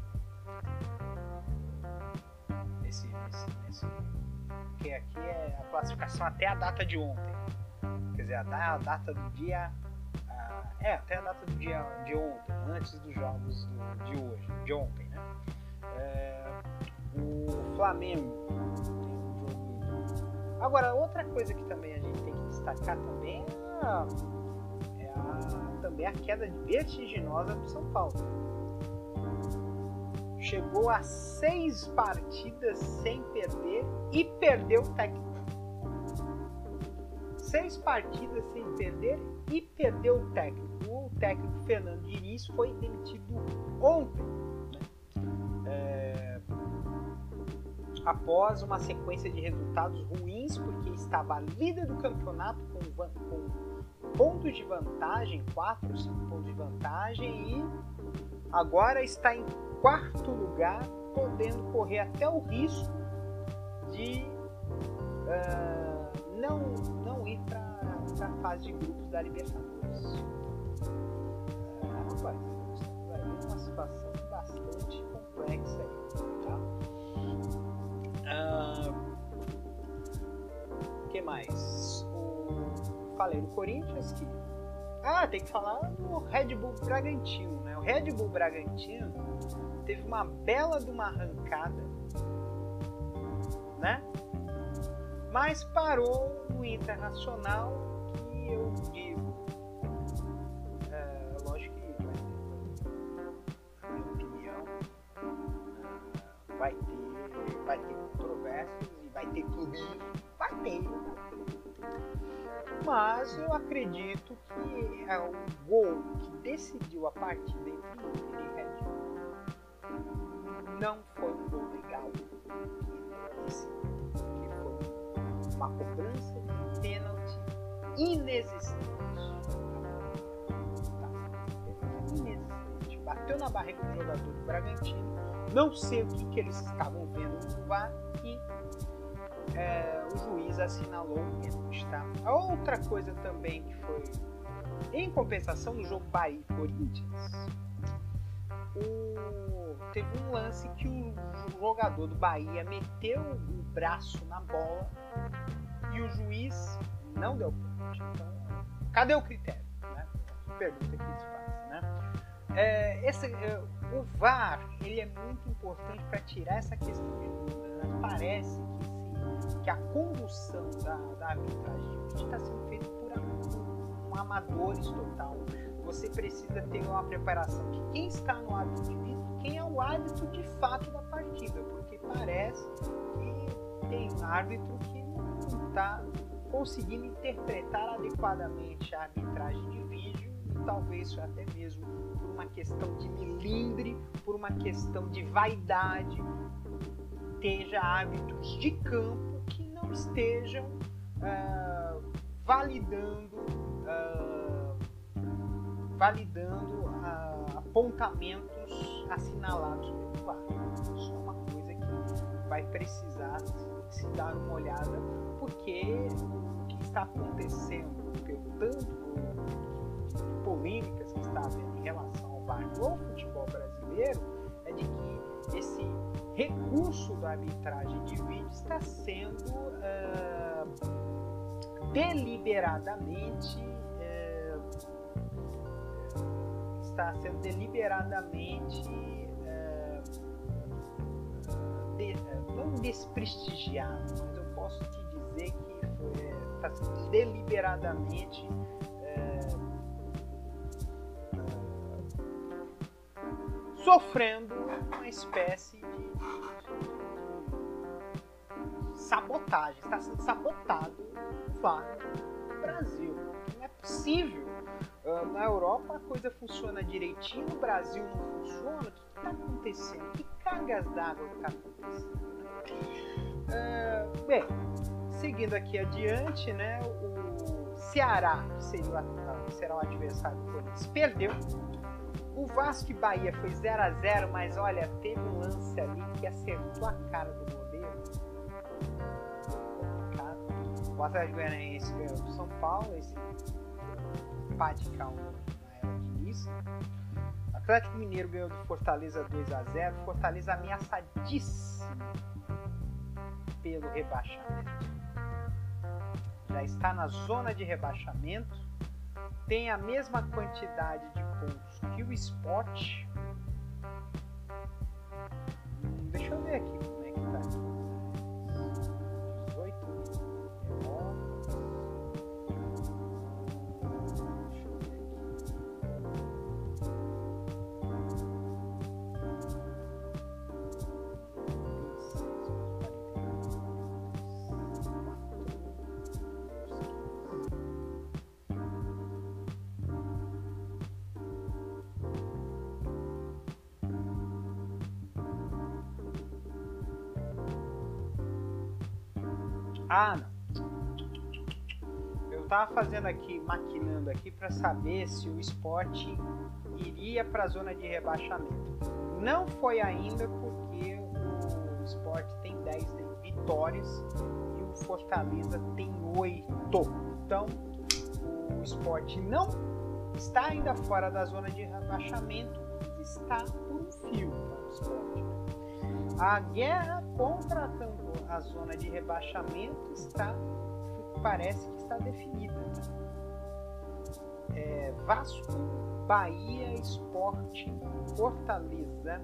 B: Nesse, nesse, nesse, porque aqui é a classificação até a data de ontem, quer dizer, a data do dia É, até a data do dia de ontem, antes dos jogos do, de hoje, de ontem, né? É, o Flamengo tem um jogo Agora, outra coisa que também a gente tem que destacar também é a, é a, também a queda vertiginosa do São Paulo. Chegou a seis partidas sem perder e perdeu o técnico. Seis partidas sem perder e perdeu o técnico. O técnico Fernando Diniz foi demitido ontem, né? É... após uma sequência de resultados ruins, porque estava líder do campeonato com, com pontos de vantagem, quatro, cinco pontos de vantagem, e agora está em quarto lugar, podendo correr até o risco de uh, não, não ir para a fase de grupos da Libertadores. Uh, rapaz, vai ver uma situação bastante complexa aí, tá? O uh, que mais? O, falei do Corinthians que... Ah, tem que falar do Red Bull Bragantino, né? O Red Bull Bragantino teve uma bela de uma arrancada, né? Mas parou no Internacional, que eu digo, é, lógico que vai ter, na minha opinião, vai ter, vai ter controvérsias e vai ter clubismo, vai ter, vai ter. Mas eu acredito que é o gol que decidiu a partida entre Inter e Red Bull não foi um gol legal, esse, que foi uma cobrança de pênalti inexistente. Tá. Inexistente. Bateu na barriga do jogador do Bragantino. Não sei o que, que eles estavam vendo no V A R e é, o juiz assinalou o pênalti. Tá? A outra coisa também que foi, em compensação, no jogo Bahia e Corinthians, o, teve um lance que o jogador do Bahia meteu o braço na bola e o juiz não deu pênalti. Então, cadê o critério? Né? Pergunta que eles fazem, né? É, esse, é, o V A R ele é muito importante para tirar essa questão de dúvida. Né? Parece que, se, que a condução da, da arbitragem está sendo feita por um amadores total. Você precisa ter uma preparação de quem está no árbitro de vídeo, quem é o árbitro de fato da partida, porque parece que tem um árbitro que não está conseguindo interpretar adequadamente a arbitragem de vídeo, e talvez até mesmo por uma questão de melindre, por uma questão de vaidade, esteja árbitros de campo que não estejam uh, validando uh, validando uh, apontamentos assinalados pelo V A R. Isso é uma coisa que vai precisar se dar uma olhada, porque o que está acontecendo, pelo tanto de polêmicas que está havendo em relação ao V A R no futebol brasileiro, é de que esse recurso da arbitragem de vídeo está sendo uh, deliberadamente está sendo deliberadamente é, de, não desprestigiado, mas eu posso te dizer que foi, é, está sendo deliberadamente é, é, sofrendo uma espécie de, de sabotagem, está sendo sabotado o V A R no Brasil. Não é possível. Uh, na Europa a coisa funciona direitinho, no Brasil não funciona. O que está acontecendo? Que cargas d'água está acontecendo? Uh, bem, seguindo aqui adiante, né, o Ceará, que seria o, será o adversário do Corinthians, perdeu. O Vasco e Bahia foi zero a zero, mas olha, teve um lance ali que acertou a cara do goleiro. O Atlético Goianiense ganhou do São Paulo, esse pá de calma na era de Diniz. O Atlético Mineiro ganhou do Fortaleza dois a zero. Fortaleza ameaçadíssimo pelo rebaixamento. Já está na zona de rebaixamento. Tem a mesma quantidade de pontos que o Sport. Hum, deixa eu ver aqui como é que tá aqui. dezoito, Ah, não. Eu tava fazendo aqui, maquinando aqui para saber se o Sport iria para a zona de rebaixamento. Não foi ainda porque o Sport tem dez vitórias e o Fortaleza tem oito. Então, o Sport não está ainda fora da zona de rebaixamento, está por um fio para o Sport. A guerra contra a zona de rebaixamento está, parece que está definida. É, Vasco, Bahia, Sport, Fortaleza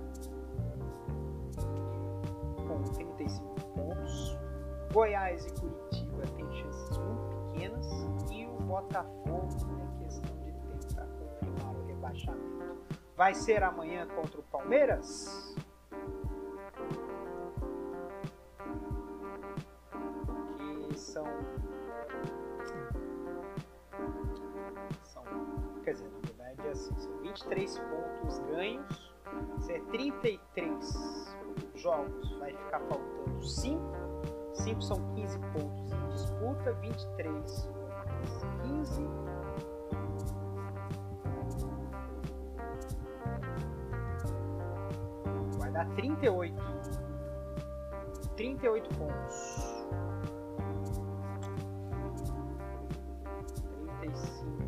B: com trinta e cinco pontos. Goiás e Curitiba têm chances muito pequenas e o Botafogo é questão de tentar confirmar o rebaixamento. Vai ser amanhã contra o Palmeiras? Que são, são, quer dizer, na verdade é assim, são vinte e três pontos ganhos, se é trinta e três jogos, vai ficar faltando cinco, cinco são quinze pontos em disputa, vinte e três mais quinze, vai dar trinta e oito, trinta e oito pontos. trinta e cinco.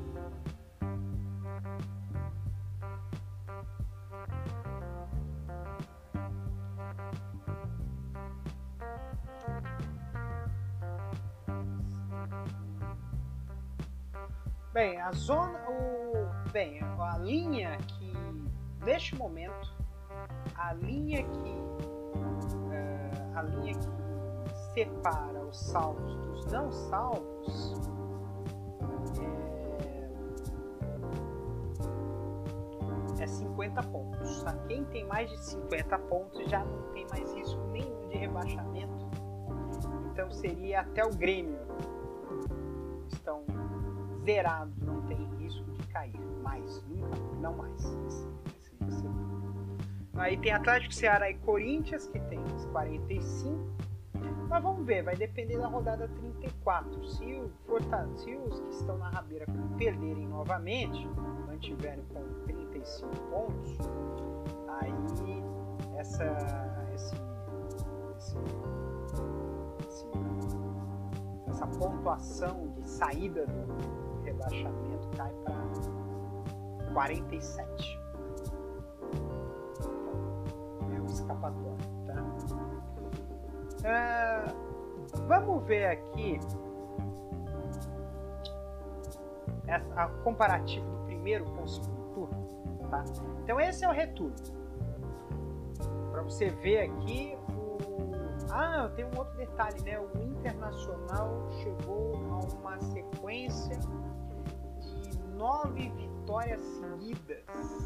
B: Bem, a zona, o, bem, a linha que neste momento, a linha que uh, a linha que separa os salvos dos não salvos é, é cinquenta pontos. Tá? Quem tem mais de cinquenta pontos já não tem mais risco nenhum de rebaixamento. Então seria até o Grêmio. Estão zerados, não tem risco de cair. Mais, nunca, não mais. Esse, esse, esse. Aí tem Atlético, Ceará e Corinthians, que tem quarenta e cinco. Mas vamos ver, vai depender da rodada trinta e quatro. Se, o Fortaleza, se os que estão na rabeira perderem novamente, mantiverem com trinta e cinco pontos, aí essa, esse, esse, esse, essa pontuação de saída do rebaixamento cai para quarenta e sete. É um escapatório, tá? Uh, vamos ver aqui a, a comparativa do primeiro com o segundo turno, tá? Então esse é o retorno. Para você ver aqui o... Ah, tem um outro detalhe, né? O Internacional chegou a uma sequência de nove vitórias seguidas.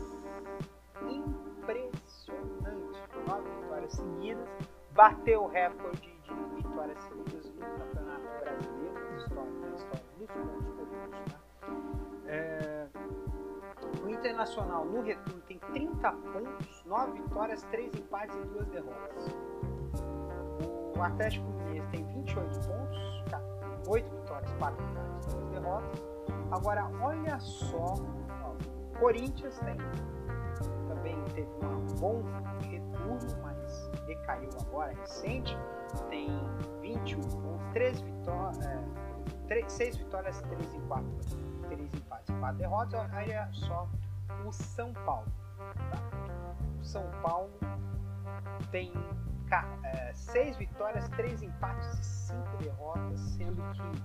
B: Impressionante! Nove vitórias seguidas. Bateu o recorde de vitórias seguidas no Campeonato Brasileiro, na história, na história dos pontos corridos. Tá? É... O Internacional no retorno tem trinta pontos, nove vitórias, três empates e duas derrotas. O Atlético Mineiro tem vinte e oito pontos, tá? oito vitórias, quatro empates e duas derrotas. Agora, olha só, ó, o Corinthians tem, também teve um bom retorno, mas decaiu agora, recente, tem vinte e um pontos, três vitórias, é, seis vitórias, três empates, três empates e quatro derrotas. Olha só o São Paulo. Tá? O São Paulo tem é, seis vitórias, três empates e cinco derrotas, sendo que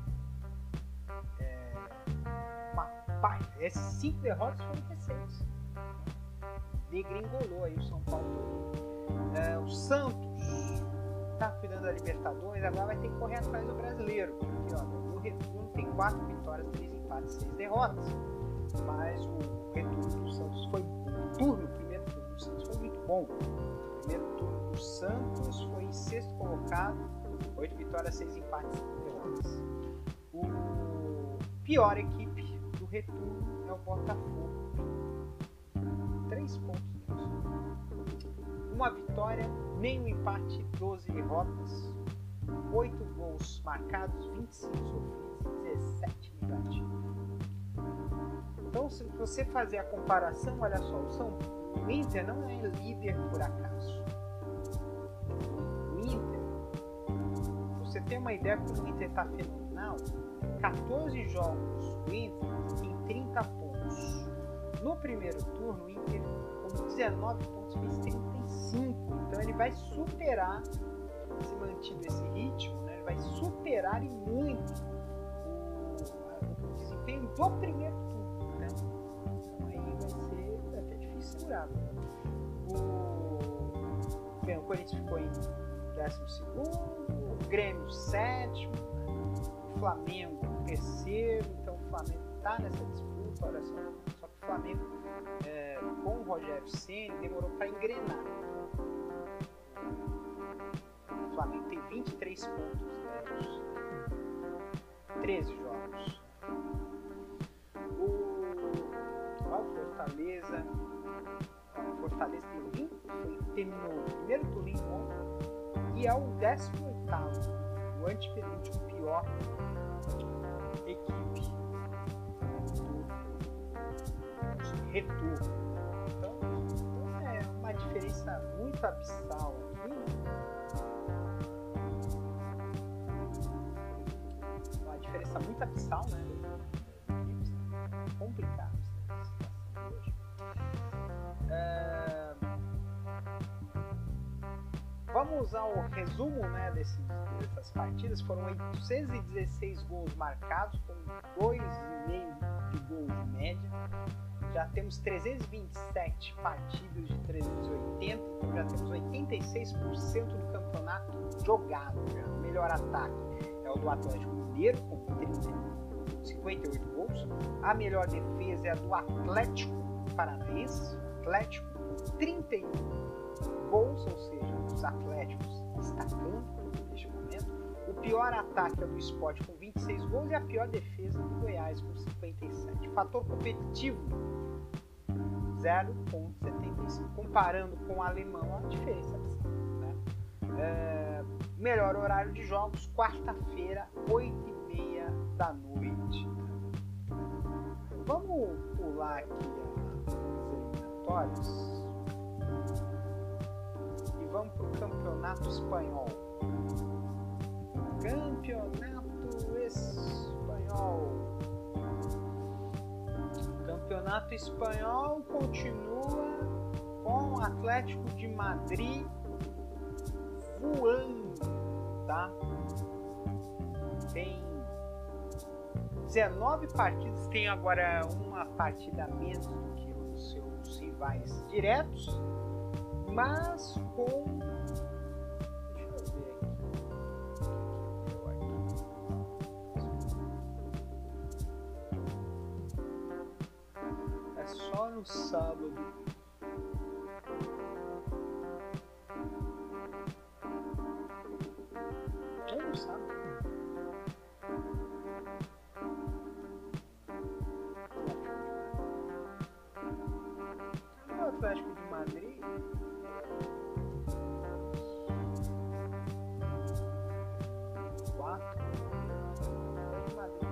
B: é, uma, esses cinco derrotas foram recentes. Degringolou aí o São Paulo. É, o Santos está cuidando da Libertadores, agora vai ter que correr atrás do brasileiro, porque ó, no retorno tem quatro vitórias, três empates e seis derrotas. Mas o retorno do Santos foi o turno, o primeiro turno do Santos foi muito bom. O primeiro turno do Santos foi em sexto colocado, oito vitórias, seis empates e cinco derrotas. O pior equipe do retorno é o Botafogo. Três pontos. Uma vitória, nenhum empate, doze derrotas. oito gols marcados, vinte e cinco sofridos, dezessete negativos. Então, se você fazer a comparação, olha só, o, São, o Inter não é líder por acaso. O Inter, você tem uma ideia que o Inter está fenomenal? quatorze jogos, o Inter tem trinta pontos. No primeiro turno, o Inter, com dezenove pontos, fez trinta e cinco. Então, ele vai superar, se mantido esse ritmo, né, ele vai superar e muito o, o desempenho do primeiro turno. Né? Então, aí vai ser até difícil segurar. Né? O, bem, o Corinthians ficou em décimo segundo, o Grêmio sétimo, né? O Flamengo terceiro. Então, o Flamengo está nessa disputa. Olha só, só que o Flamengo, é, com o Rogério Ceni, demorou para engrenar. O Flamengo tem vinte e três pontos, né, treze jogos. O, o Fortaleza, o Fortaleza tem vinte, foi, terminou o primeiro turno ontem e é o décimo oitavo, o antepenúltimo pior equipe do retorno. Então, então é uma diferença muito abissal aqui, né? Uma diferença muito abissal, né? É complicado essa situação hoje. É... Vamos usar o resumo, né, desses, dessas partidas. Foram oitocentos e dezesseis gols marcados, com dois vírgula cinco de gol de média. Já temos trezentas e vinte e sete partidas de trezentos e oitenta, então já temos oitenta e seis por cento do campeonato jogado. Já. O melhor ataque é o do Atlético Mineiro, com cinquenta e oito gols. A melhor defesa é a do Atlético Paranaense, Atlético, com trinta e um gols, ou seja, os Atléticos destacando neste momento. O pior ataque é o do Sport, com vinte e seis gols, e a pior defesa do Goiás, com cinquenta e sete. Fator competitivo, zero vírgula setenta e cinco. Comparando com o alemão, a diferença é, né? É, melhor horário de jogos, quarta-feira, oito e meia da noite. Vamos pular aqui as eliminatórias e vamos para o Campeonato Espanhol. Campeonato Espanhol. Campeonato Espanhol continua com o Atlético de Madrid voando, tá? Tem dezenove partidas, tem agora uma partida a menos do que os seus rivais diretos, mas com... Deixa eu ver aqui. É só no sábado. É no sábado. O Atlético de Madrid quatro. O Atlético de Madrid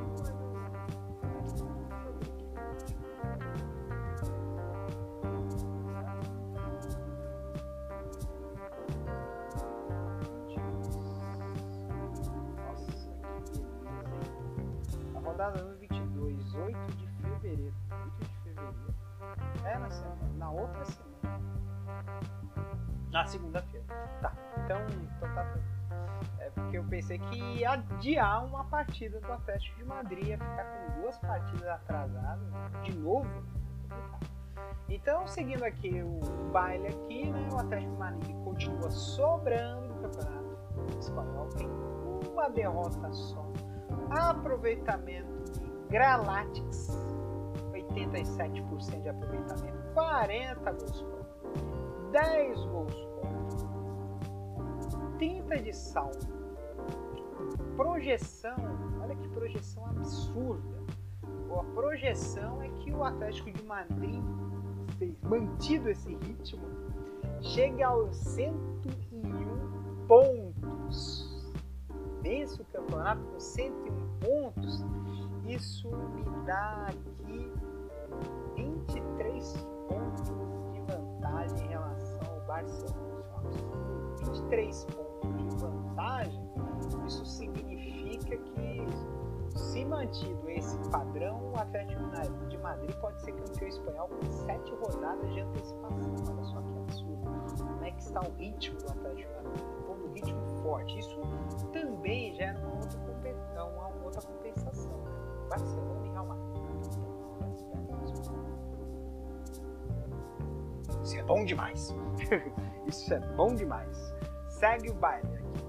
B: rodada número vinte e dois, oito de fevereiro. oito de fevereiro. É na semana, na outra semana. Na segunda-feira. Tá. Então, então tá. É porque eu pensei que ia adiar uma partida do Atlético de Madrid, ia ficar com duas partidas atrasadas de novo. Então, seguindo aqui o baile aqui, né? O Atlético de Madrid continua sobrando no Campeonato Espanhol, tem uma derrota só. Aproveitamento de Gralatics, oitenta e sete por cento de aproveitamento, quarenta gols contra, dez gols contra, trinta de saldo. Projeção, olha que projeção absurda. A projeção é que o Atlético de Madrid, mantido esse ritmo, chega aos cento e um pontos. vence o campeonato com cento e um pontos. Isso me dá aqui vinte e três pontos de vantagem em relação ao Barcelona. vinte e três pontos de vantagem, isso significa que, se mantido esse padrão, o Atlético de Madrid pode ser campeão espanhol com sete rodadas de antecipação. Olha só que absurdo. Como é que está o ritmo do Atlético de Madrid? Todo um ritmo forte. Isso também gera uma outra compensação. Uma outra compensação, né? Barcelona e Real Madrid. Isso é bom demais. Isso é bom demais. Segue o baile aqui.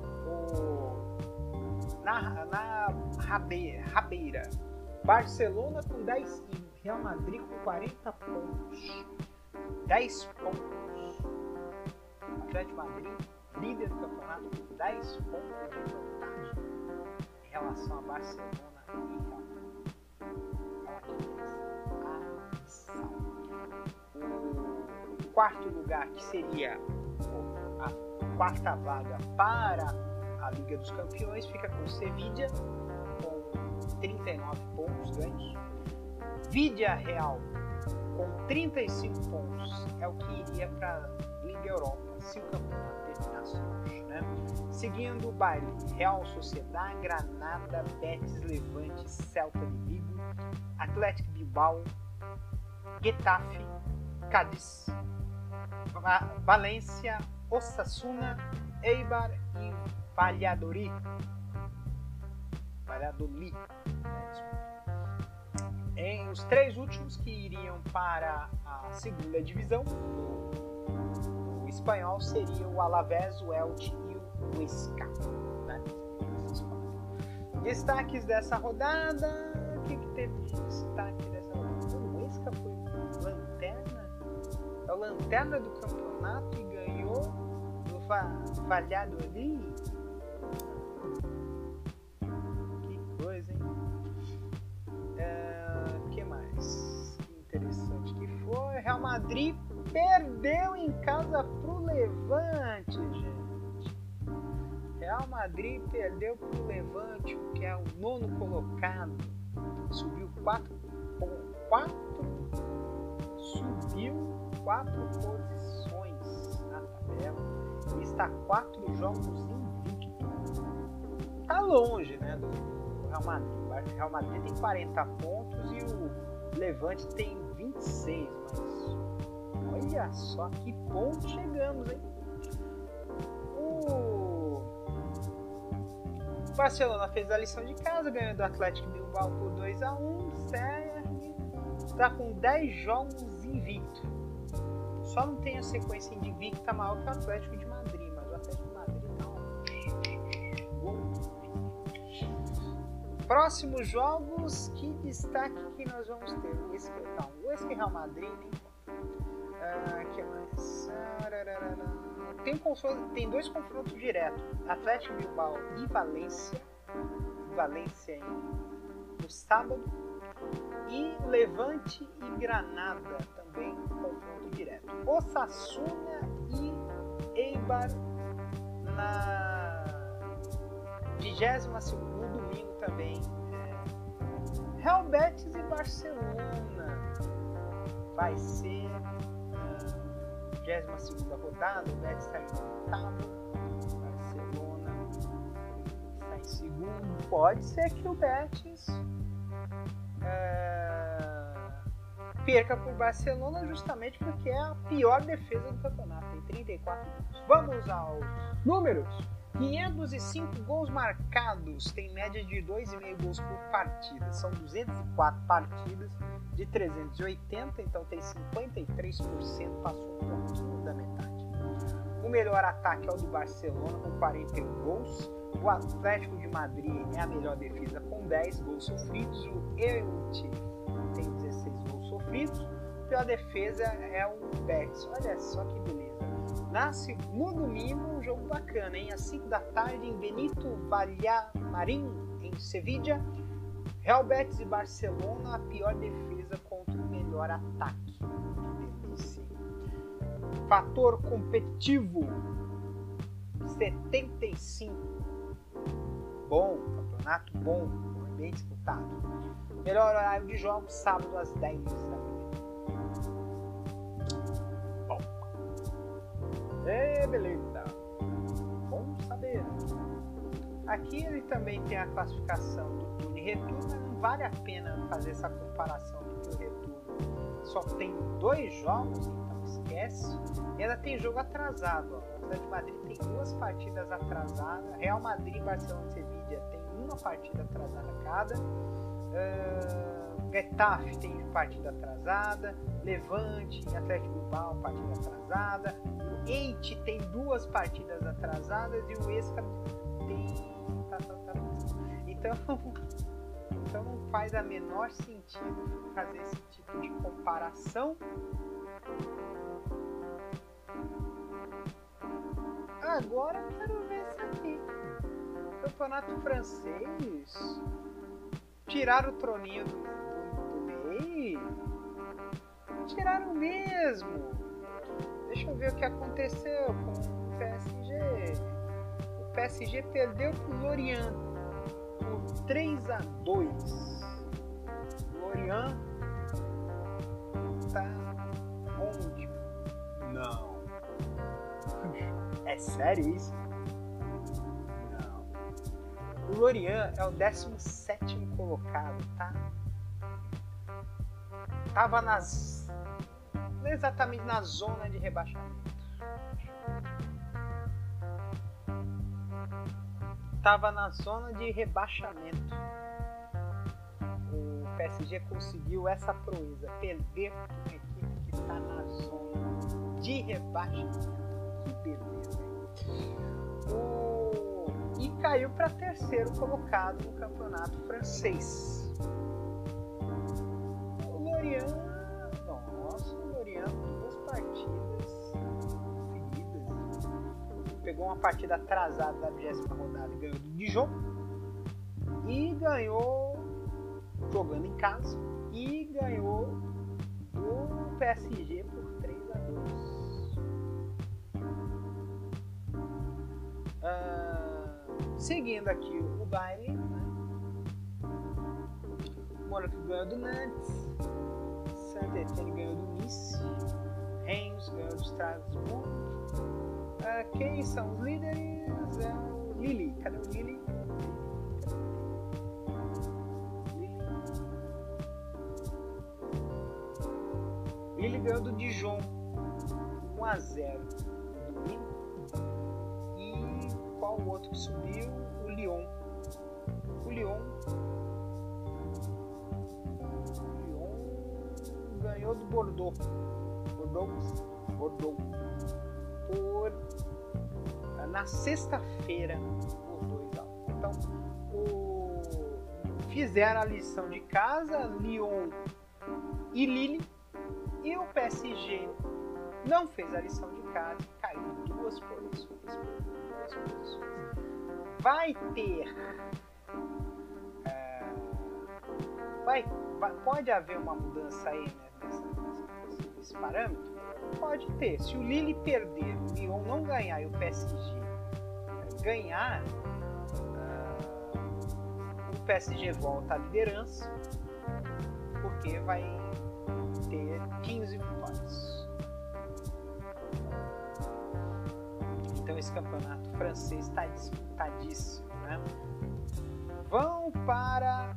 B: O... Na, na rabeira, rabeira. Barcelona com dez e Real Madrid com quarenta pontos. dez pontos. Atlético de Madrid, líder do campeonato, com dez pontos de vantagem em relação a Barcelona e Real Madrid. O quarto lugar, que seria a quarta vaga para a Liga dos Campeões, fica com o Sevilla com trinta e nove pontos ganhos. Villarreal com trinta e cinco pontos é o que iria para a Liga Europa se o campeonato terminasse hoje, né? Seguindo o baile, Real Sociedad, Granada, Betis, Levante, Celta de Vigo, Atlético Bilbao, Getafe, Cádiz, Valência, Osasuna, Eibar e Valladolid. Valladolid. Em os três últimos que iriam para a segunda divisão do, do espanhol seriam o Alavés, o Elche e o Huesca. Né? Destaques dessa rodada. O que, que teve de destaque dessa rodada? O Huesca foi lanterna. É o lanterna do campeonato e ganhou do Valladolid. Que coisa, hein? O que mais interessante que foi? Real Madrid perdeu em casa pro Levante, gente. Real Madrid perdeu pro Levante, que é o nono colocado. Subiu quatro, quatro subiu quatro posições na tabela e está quatro jogos invicto. Tá longe, né, do Real Madrid. O Real Madrid tem quarenta pontos e o Levante tem vinte e seis, mas olha só que ponto chegamos, hein? O Barcelona fez a lição de casa, ganhou do Atlético Bilbao por dois a um, segue, está com dez jogos invicto. Só não tem a sequência invicta maior que o Atlético de Madrid, mas o Atlético de Madrid não. Próximos jogos, que destaque que nós vamos ter? O Huesca, não, o Huesca e Real Madrid, nem ah, que mais? Tem, um confronto, tem dois confrontos diretos, Atlético Bilbao e Valência, Valência em, no sábado, e Levante e Granada também confronto direto. Osasuna e Eibar na vigésima segunda, no domingo também. É, Real Betis e Barcelona vai ser a vigésima segunda rodada. O Betis está em oitavo, Barcelona está em segundo. Pode ser que o Betis é, perca por Barcelona justamente porque é a pior defesa do campeonato, tem trinta e quatro gols. Vamos aos números. quinhentos e cinco gols marcados, tem média de dois vírgula cinco gols por partida. São duzentas e quatro partidas de trezentos e oitenta, então tem cinquenta e três por cento, passou um pouquinho da metade. O melhor ataque é o do Barcelona com quarenta e um gols. O Atlético de Madrid é a melhor defesa com dez gols sofridos. O Elche tem dezesseis gols sofridos. A pior defesa é o Betis. Olha só que beleza. Nasce no domingo, um jogo bacana, hein? Às cinco da tarde em Benito Villamarín, em Sevilla. Real Betis e Barcelona, a pior defesa contra o melhor ataque. Que delícia. Fator competitivo setenta e cinco. bom, campeonato bom, bem disputado. Melhor horário de jogos, sábado às dez da manhã. Bom. É, beleza. Bom saber. Aqui ele também tem a classificação do turno e retorno, mas não vale a pena fazer essa comparação do turno e retorno. Só tem dois jogos, então esquece. E ainda tem jogo atrasado. Ó. O Atlético de Madrid tem duas partidas atrasadas. Real Madrid, Barcelona e Sevilla tem uma partida atrasada cada. Uh, Getafe tem partida atrasada. Levante e Atlético Bilbao partida atrasada. O Elche tem duas partidas atrasadas e o Esca tem... Tá, tá, tá. Então... Então não faz a menor sentido fazer esse tipo de comparação. Agora eu quero ver isso aqui. Campeonato francês. Tiraram o troninho do, do, do Ney. Tiraram mesmo. Deixa eu ver o que aconteceu com o P S G. O P S G perdeu pro Lorient por três a dois. Lorient tá onde? Não. É sério isso? Não. O Lorient é o décimo sétimo colocado, tá? Tava nas... Não exatamente na zona de rebaixamento. Estava na zona de rebaixamento. O P S G conseguiu essa proeza, perder para uma equipe que está na zona de rebaixamento. Que beleza, hein? O... E caiu para terceiro colocado no campeonato francês. O Lorient, nossa, o Lorient, duas partidas seguidas. Pegou uma partida atrasada da vigésima rodada e ganhou do Dijon. E ganhou jogando em casa. E ganhou do P S G por três a dois. Ah, seguindo aqui o baile, né? O Mônaco ganhou do Nantes. Saint-Étienne ganhou do Nice. Reims ganhou do Strasbourg. Uh, quem são os líderes? É o Lille. Cadê o Lille? Lille. Lille ganhou do Dijon um a zero. E qual o outro que subiu? O Lyon. O Lyon. O Lyon ganhou do Bordeaux. Bordeaux. Bordeaux. Por, na sexta-feira por dois a um. Então o, fizeram a lição de casa Lyon e Lille, e o P S G não fez a lição de casa e caiu duas posições, duas posições. Vai ter é, vai, vai, pode haver uma mudança aí, né, nessa, nessa, nesse parâmetro. Pode ter. Se o Lille perder, o Lyon não ganhar e o P S G ganhar, uh, o P S G volta à liderança, porque vai ter quinze vitórias. Então esse campeonato francês está disputadíssimo, né? Vão para...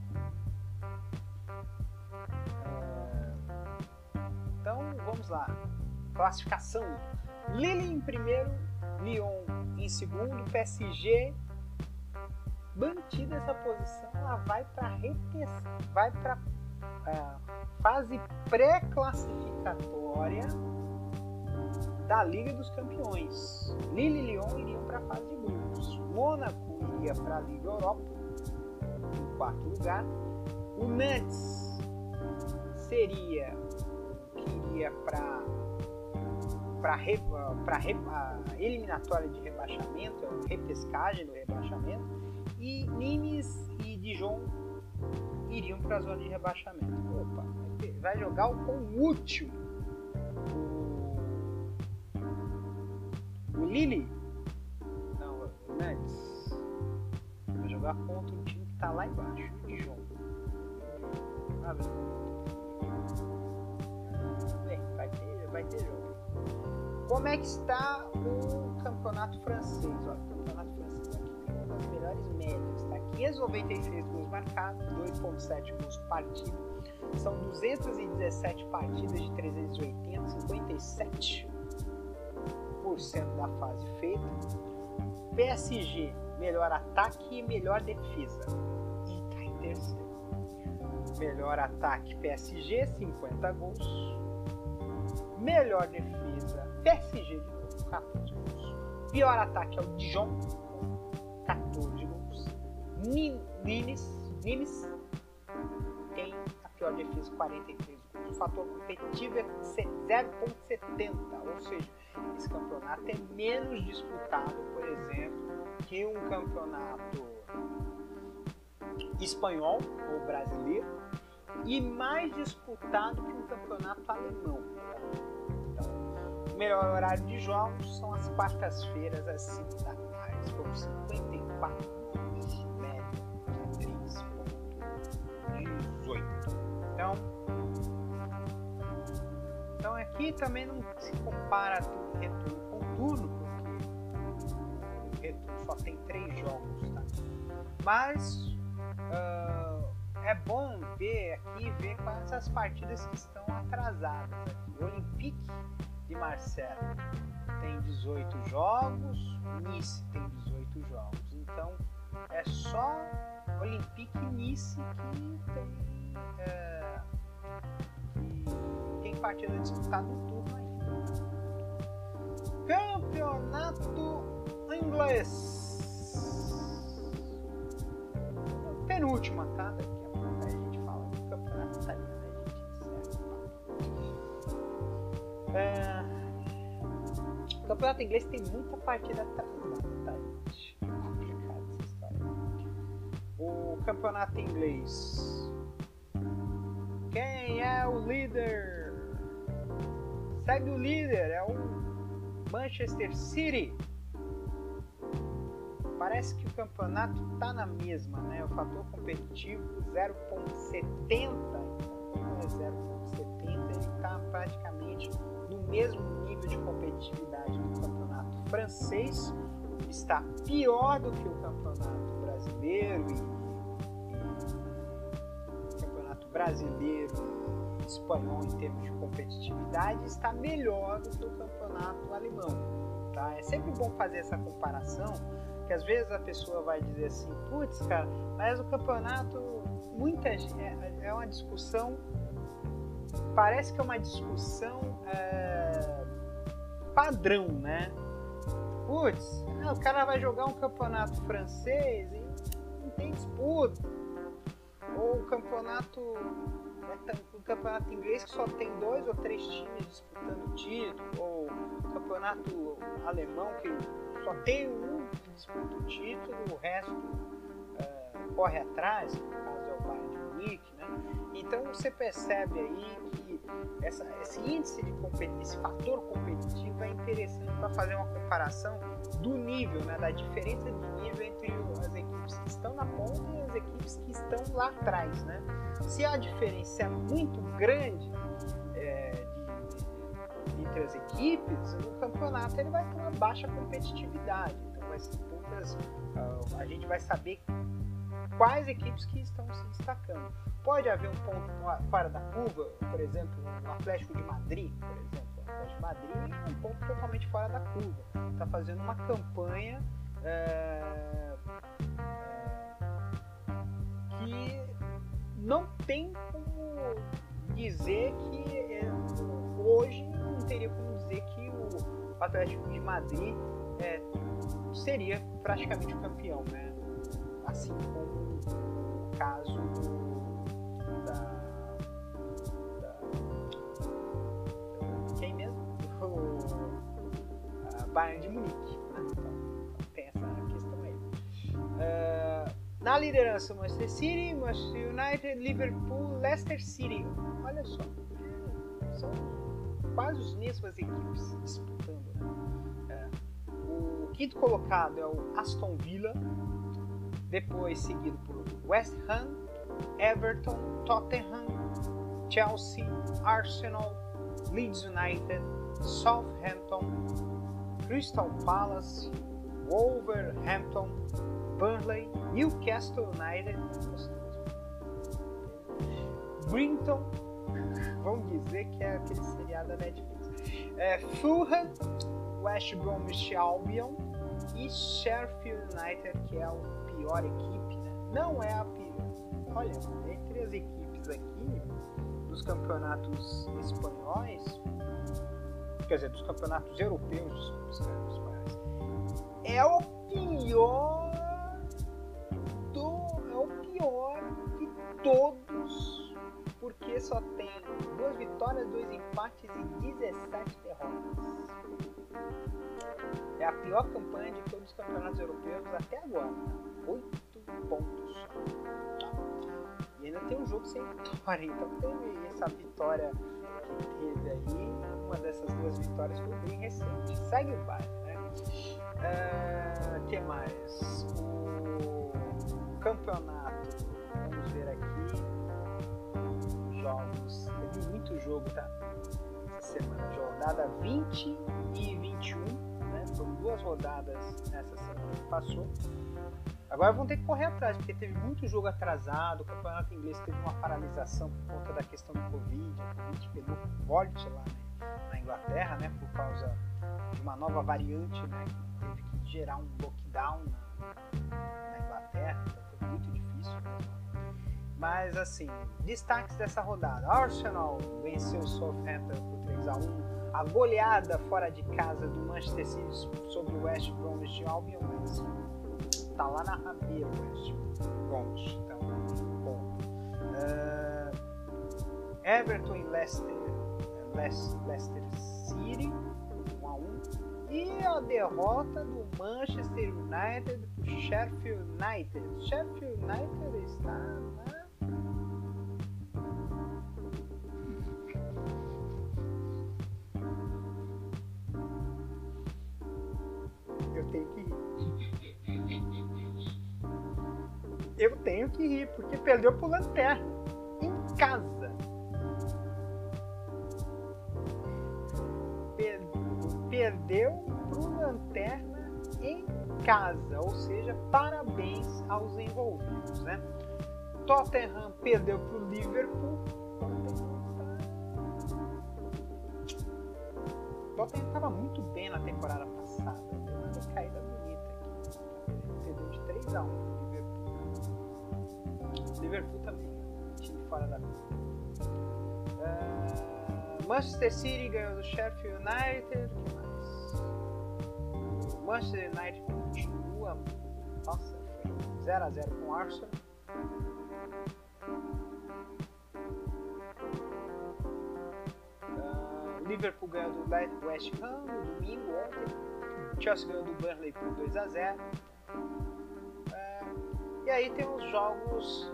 B: Então, vamos lá. Classificação. Lille em primeiro, Lyon em segundo, P S G mantida essa posição, ela vai para repesca, vai para uh, fase pré-classificatória da Liga dos Campeões. Lille e Lyon iriam para a fase de grupos. Mônaco iria para a Liga Europa em quarto lugar. O Nantes seria iria para para a eliminatória de rebaixamento, a repescagem do rebaixamento, e Nimes e Dijon iriam para a zona de rebaixamento. Opa, vai jogar com o último, o, o Lille, não, o Nantes, vai jogar contra um time que está lá embaixo, de Dijon. Bem, vai ter, vai ter jogo. Como é que está o campeonato francês? Olha, o campeonato francês aqui tem uma das melhores médias, tá? quinhentos e noventa e seis gols marcados, dois vírgula sete gols por partida. São duzentas e dezessete partidas de trezentos e oitenta, cinquenta e sete por cento da fase feita. P S G, melhor ataque e melhor defesa. E tá em terceiro. Melhor ataque, P S G, cinquenta gols. Melhor defesa, P S G de novo, quatorze gols. Pior ataque é o Dijon, quatorze gols. Nimes, Nimes tem a pior defesa, quarenta e três gols. O fator competitivo é zero vírgula setenta, ou seja, esse campeonato é menos disputado, por exemplo, que um campeonato espanhol ou brasileiro e mais disputado que um campeonato alemão. Então, o melhor horário de jogos são as quartas-feiras às cinco da tarde, com cinquenta e quatro gols, média de três vírgula dezoito. Então, então aqui também não se compara retorno com turno, porque o retorno só tem três jogos, tá? Mas uh, é bom ver aqui, ver quais as partidas que estão atrasadas. Aqui. O Olympique de Marseille tem dezoito jogos, Nice tem dezoito jogos. Então é só Olympique e Nice que tem, é, que tem partida disputada no turno ainda. Campeonato inglês. Penúltima, tá? Daqui a pouco a gente fala do campeonato italiano, a gente encerra. É... O campeonato inglês tem muita partida atrasada, tá, gente? É complicado essa história. O campeonato inglês. Quem é o líder? Segue o líder, é o Manchester City. Parece que o campeonato tá na mesma, né? O fator competitivo zero vírgula setenta, então é zero vírgula setenta, ele está praticamente no mesmo nível de competitividade do campeonato francês, está pior do que o campeonato brasileiro e, e o campeonato brasileiro e espanhol em termos de competitividade, está melhor do que o campeonato alemão, tá? É sempre bom fazer essa comparação, que às vezes a pessoa vai dizer assim, putz, cara, mas o campeonato, muita gente, é, é uma discussão, parece que é uma discussão é, padrão, né? Putz, o cara vai jogar um campeonato francês e não tem disputa. Ou o campeonato, o campeonato inglês que só tem dois ou três times disputando o título, ou o campeonato alemão que só tem um que disputa o título, o resto uh, corre atrás, que no caso é o Bayern de Munique, né? Então você percebe aí que essa, esse índice de competição, esse fator competitivo é interessante para fazer uma comparação do nível, né? Da diferença de nível entre as equipes que estão na ponta e as equipes que estão lá atrás, né? Se a diferença é muito grande é, de, de, entre as equipes, o campeonato ele vai ter uma baixa competitividade, então vai ser poucas, uh, a gente vai saber quais equipes que estão se destacando. Pode haver um ponto fora da curva, por exemplo, o Atlético de Madrid, por exemplo. O Atlético de Madrid é um ponto totalmente fora da curva. Está fazendo uma campanha é, é, que não tem como dizer que é, hoje não teria como dizer que o Atlético de Madrid é, seria praticamente o campeão, né? Assim como o caso da, da quem mesmo? O a Bayern de Munique, né? Então tem essa questão aí. Uh, na liderança, Manchester City, Manchester United, Liverpool, Leicester City. Olha só, são quase as mesmas equipes disputando, né? Uh, o quinto colocado é o Aston Villa. depois seguido por West Ham, Everton, Tottenham, Chelsea, Arsenal, Leeds United, Southampton, Crystal Palace, Wolverhampton, Burnley, Newcastle United, Brinton, vamos dizer que é aquele seriado da Netflix, é, Fulham, West Bromwich Albion e Sheffield United, que é a pior equipe, né? Não é a pior. Olha, entre as equipes aqui dos campeonatos espanhóis, quer dizer, dos campeonatos europeus, dos espanhóis, é o pior do, é o pior de todos, porque só tem duas vitórias, dois empates e dezessete derrotas. É a pior campanha de todos os campeonatos europeus até agora. Oito pontos. Tá? E ainda tem um jogo sem vitória. Então teve essa vitória que teve aí. Uma dessas duas vitórias foi bem recente. Segue o baile, né? O uh, que mais? O campeonato. Vamos ver aqui. Jogos. Teve muito jogo, tá? Essa semana. Rodada vinte e vinte e um. Foram duas rodadas nessa semana que passou. Agora vão ter que correr atrás, porque teve muito jogo atrasado. O campeonato inglês teve uma paralisação por conta da questão do Covid. A Covid pegou forte lá, né, na Inglaterra, né, por causa de uma nova variante, né, que teve que gerar um lockdown na, na Inglaterra. Então foi muito difícil mesmo. Mas assim, destaques dessa rodada: Arsenal venceu o Southampton por três a um. A goleada fora de casa do Manchester City sobre o West Bromwich Albion, mas tá lá na rabeira o West Bromwich, então bom. Uh, Everton e Leicester, Leicester City um a um, e a derrota do Manchester United pro Sheffield United. Sheffield United está na Eu tenho que rir. Eu tenho que rir, porque perdeu pro Lanterna, em casa. Per- perdeu pro Lanterna em casa, ou seja, parabéns aos envolvidos, né? Tottenham perdeu pro Liverpool. Tottenham estava muito bem na temporada passada. Caída bonita aqui. Perdeu de três a um no Liverpool. Liverpool também, time fora da vida. Uh, Manchester City ganhou do Sheffield United. O que mais? O Manchester United continua. Nossa, foi zero a zero com o Arsenal. Uh, Liverpool ganhou do West Ham no domingo ontem. Chelsea ganhou do Burnley por dois a zero. É, e aí tem os jogos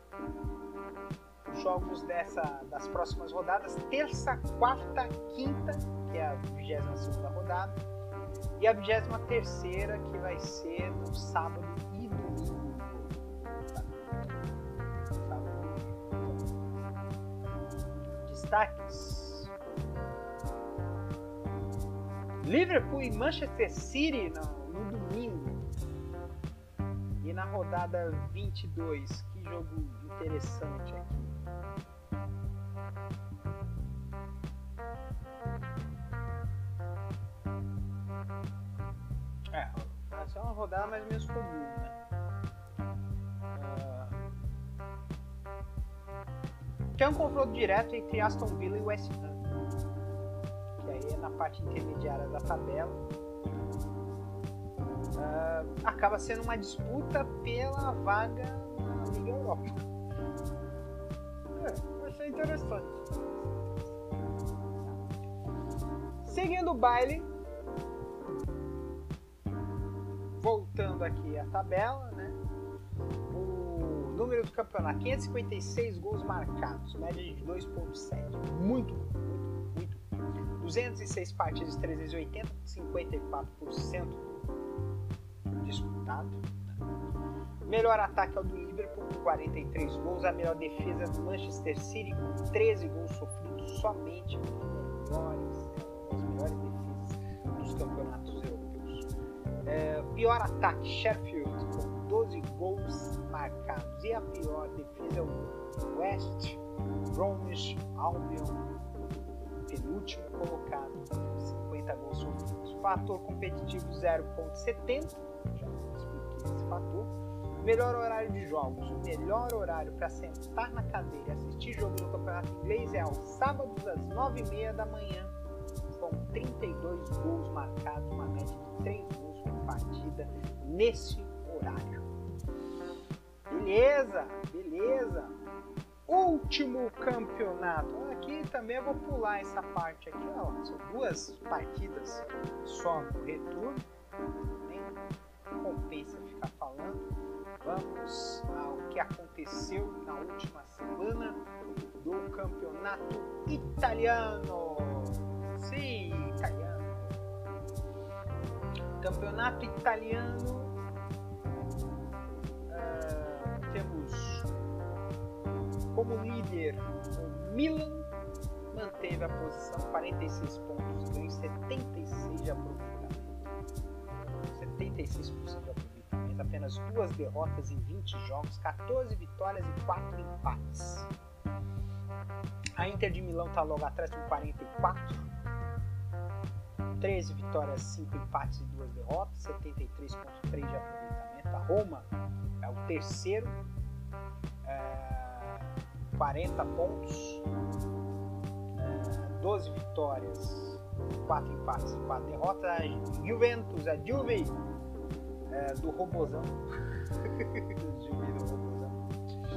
B: os jogos dessa, das próximas rodadas, terça, quarta, quinta, que é a vigésima segunda rodada, e a vigésima terceira, que vai ser no sábado e domingo. Tá? Sábado e domingo. Destaques: Liverpool e Manchester City no, no domingo. E na rodada vinte e dois, que jogo interessante aqui. É, essa é uma rodada mais ou menos comum, né? Uh... Tem um confronto direto entre Aston Villa e West Ham. Aí é na parte intermediária da tabela. Uh, acaba sendo uma disputa pela vaga na Liga Europa. É, vai ser interessante. Seguindo o baile, voltando aqui à tabela, né? O número do campeonato: quinhentos e cinquenta e seis gols marcados, média de dois vírgula sete. Muito bom. duzentas e seis partidas, trezentos e oitenta, cinquenta e quatro por cento disputado. Melhor ataque é o do Liverpool com quarenta e três gols, a melhor defesa é do Manchester City com treze gols sofridos somente, melhores, as melhores defesas dos campeonatos europeus. É, pior ataque, Sheffield com doze gols marcados, e a pior defesa é o West Bromwich Albion, penúltimo colocado, com cinquenta gols sofridos. Fator competitivo zero vírgula setenta, já expliquei esse fator. Melhor horário de jogos, o melhor horário para sentar na cadeira e assistir jogo do campeonato inglês é aos sábados às nove e meia da manhã, com trinta e dois gols marcados, uma média de três gols por partida nesse horário. Beleza, beleza. Último campeonato. Aqui também eu vou pular essa parte aqui, ó. São duas partidas só no retorno, nem compensa ficar falando. Vamos ao que aconteceu na última semana do campeonato italiano. Sim, italiano. Campeonato italiano. Uh, temos como líder o Milan, manteve a posição, quarenta e seis pontos ganhos, setenta e seis de aproveitamento. setenta e seis por cento de aproveitamento. Apenas duas derrotas em vinte jogos, quatorze vitórias e quatro empates. A Inter de Milão está logo atrás com quarenta e quatro, treze vitórias, cinco empates e duas derrotas, setenta e três vírgula três de aproveitamento. A Roma é o terceiro, é, quarenta pontos, é, doze vitórias, quatro empates e quatro derrotas. A Juventus, a Juve, É, do Robozão. Juve do Robozão.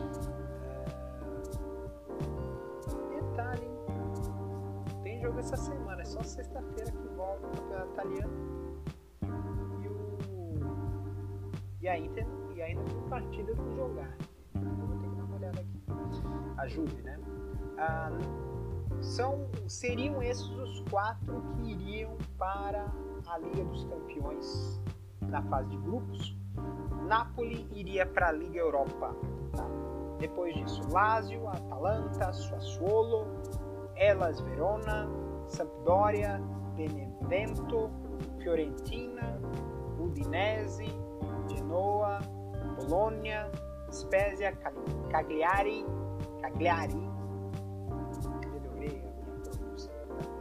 B: É... Detalhe, tem jogo essa semana, é só sexta-feira que volta o campeonato italiano. E o. E a Inter, e ainda tem partida por jogar. Eu vou ter que dar uma olhada aqui. A Juve, né? Ah, são, seriam esses os quatro que iriam para a Liga dos Campeões na fase de grupos. Napoli iria para a Liga Europa, tá? Depois disso, Lazio, Atalanta, Sassuolo, Hellas Verona, Sampdoria, Benevento, Fiorentina, Udinese, Genoa, Bologna, Spezia, Cagliari, Cagliari, melhorei a minha pronúncia,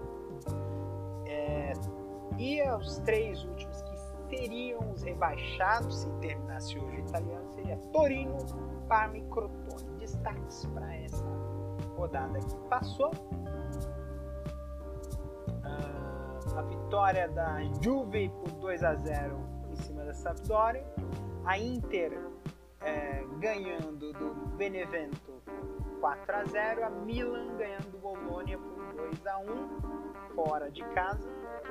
B: é, e os três últimos seriam os rebaixados, se terminasse hoje o italiano, seria Torino, Parma e Crotone. Destaques para essa rodada que passou. Uh, a vitória da Juve por dois a zero em cima da Sampdoria. A Inter é, ganhando do Benevento por quatro a zero. A Milan ganhando do Bologna por dois a um fora de casa.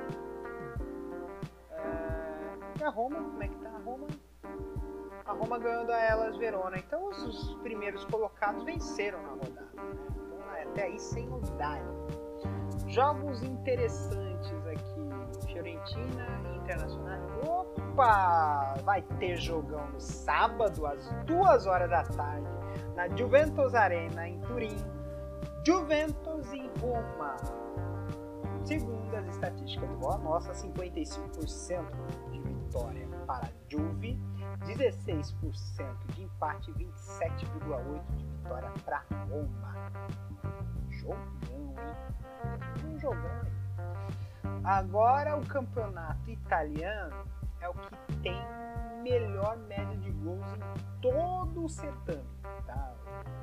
B: Uh, E a Roma, como é que tá a Roma? A Roma ganhando a Hellas Verona. Então os, os primeiros colocados venceram na rodada, né? Então até aí sem novidade. Jogos interessantes aqui. Fiorentina e Internacional. Opa! Vai ter jogão no sábado às duas horas da tarde na Juventus Arena em Turim. Juventus e Roma. Segundo as estatísticas do Bola Nossa, cinquenta e cinco por cento de vitória para a Juve, dezesseis por cento de empate e vinte e sete vírgula oito por cento de vitória para a Roma. Jogão, hein? Um jogão aí. Agora o campeonato italiano é o que tem melhor média de gols em todo o certame, tá?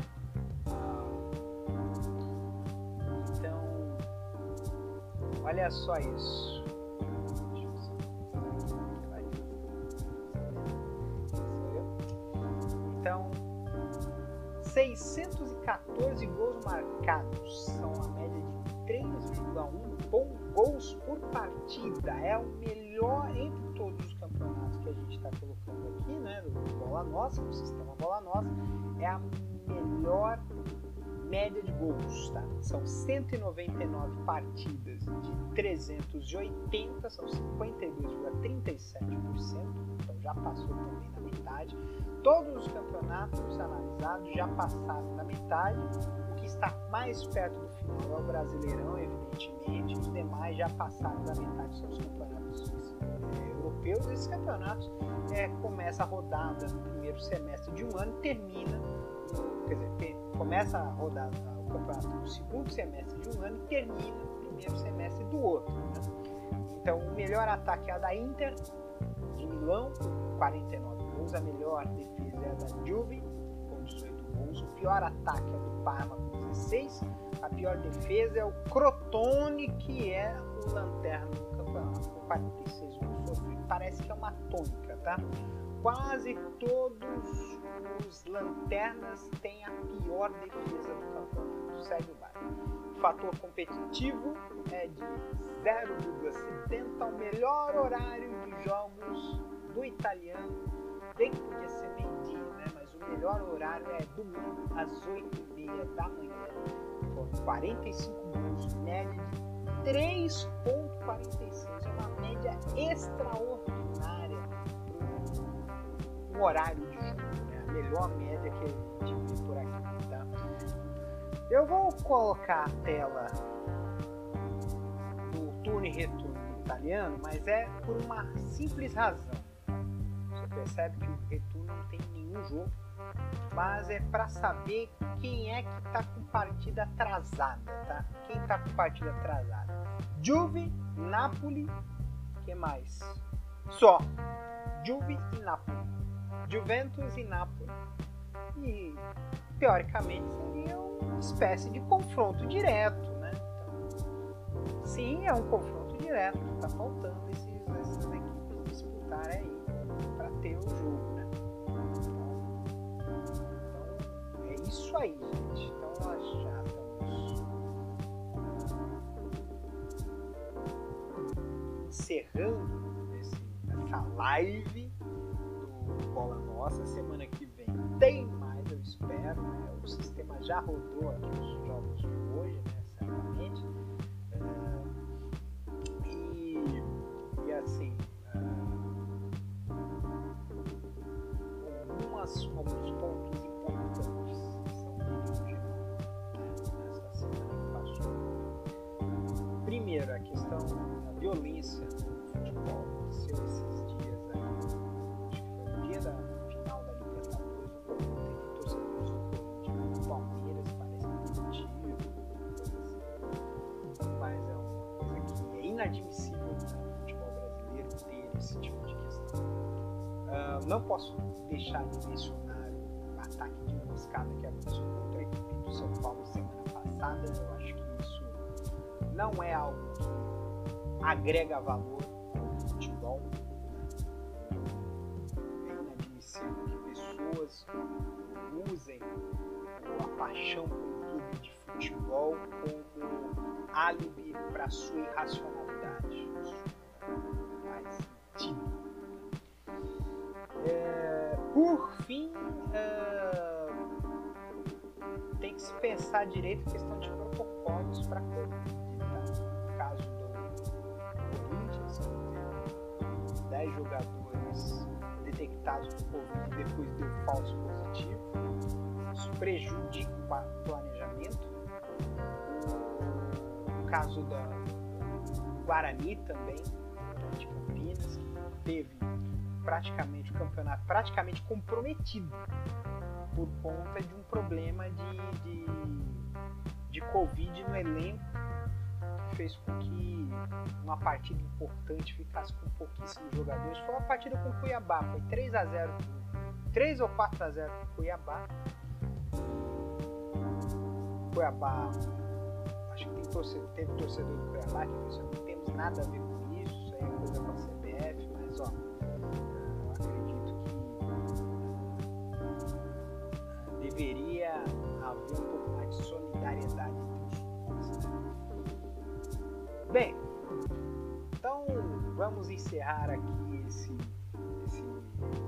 B: Então, olha só isso. Então, seiscentos e quatorze gols marcados, são a média de três vírgula um gols por partida. É o melhor entre todos os campeonatos que a gente está colocando aqui, né? Do Bola Nossa, do sistema Bola Nossa, é a melhor média de gols, tá? São cento e noventa e nove partidas de trezentos e oitenta, são cinquenta e dois vírgula trinta e sete por cento, então já passou também da metade. Todos os campeonatos analisados já passaram da metade. O que está mais perto do final é o Brasileirão, evidentemente, os demais já passaram da metade, são os campeonatos é, europeus. Esses campeonatos é, começa a rodada no primeiro semestre de um ano e termina, no, quer dizer, começa a rodada o campeonato no segundo semestre de um ano e termina no primeiro semestre do outro, né? Então o melhor ataque é a da Inter de Milão, com quarenta e nove gols, a melhor defesa é a da Juve, com dezoito gols, o pior ataque é do Parma, com dezesseis, a pior defesa é o Crotone, que é o lanterna do campeonato, com quarenta e seis gols sofridos. Parece que é uma tônica, tá? Quase todos os lanternas têm a pior defesa do campeonato, segue o bairro. O fator competitivo é de zero vírgula setenta, o melhor horário de jogos do italiano, bem que podia ser meio-dia, né? Mas o melhor horário é domingo às oito e meia da manhã, com quarenta e cinco gols, média de três vírgula quarenta e seis, é uma média extraordinária para o horário de jogo, né? A melhor média que a gente vê por aqui, tá? Eu vou colocar a tela do turno e retorno italiano, mas é por uma simples razão. Você percebe que o retorno não tem nenhum jogo, mas é para saber quem é que está com partida atrasada, tá? Quem está com partida atrasada? Juve, Napoli, que mais? Só Juve e Napoli, Juventus e Napoli. E teoricamente seria uma espécie de confronto direto, né? Então, sim, é um confronto direto. Tá faltando esses, essas equipes disputarem aí para ter o jogo, né? Então, é isso aí, gente. Então nós já estamos encerrando esse, essa live do Bola Nossa. Semana que vem tem mais, eu espero, né? O sistema já rodou aqui os jogos de hoje, né? Certamente. Uh, e, e assim, uh, algumas, alguns pontos importantes são vídeos de né? Nessa semana que passou. Primeiro, a questão da violência no futebol. Aconteceu esses dias aí, acho que foi no dia da final da Libertadores, o Corinthians teve torcedores do Corinthians, do Palmeiras, parece que motivo, coisa assim. Mas é uma coisa que é inadmissível no futebol brasileiro ter esse tipo de questão. Uh, não posso deixar de mencionar o ataque de emboscada que aconteceu contra a equipe do São Paulo semana passada. Eu acho que isso não é algo que agrega valor ao futebol. É inadmissível que pessoas usem a paixão pelo clube de futebol como álibi para sua irracionalidade. Isso não faz sentido. É, por fim, é, tem que se pensar direito a questão de protocolos para Covid. No caso do Corinthians, que teve dez jogadores detectados com Covid e depois deu falso positivo. Isso prejudica o planejamento. O caso da Guarani também, de Campinas, que teve praticamente o campeonato praticamente comprometido por conta de um problema de, de, de Covid no elenco, que fez com que uma partida importante ficasse com pouquíssimos jogadores. Foi uma partida com o Cuiabá, foi três a zero, três ou quatro a zero para o Cuiabá. Cuiabá, acho que tem torcedor, teve torcedor do Cuiabá que disse: não temos nada a ver com isso, isso aí é coisa com a C B F, mas ó, eu acredito que deveria haver um pouco mais de solidariedade entre os clubes, né? Bem, então vamos encerrar aqui esse, esse,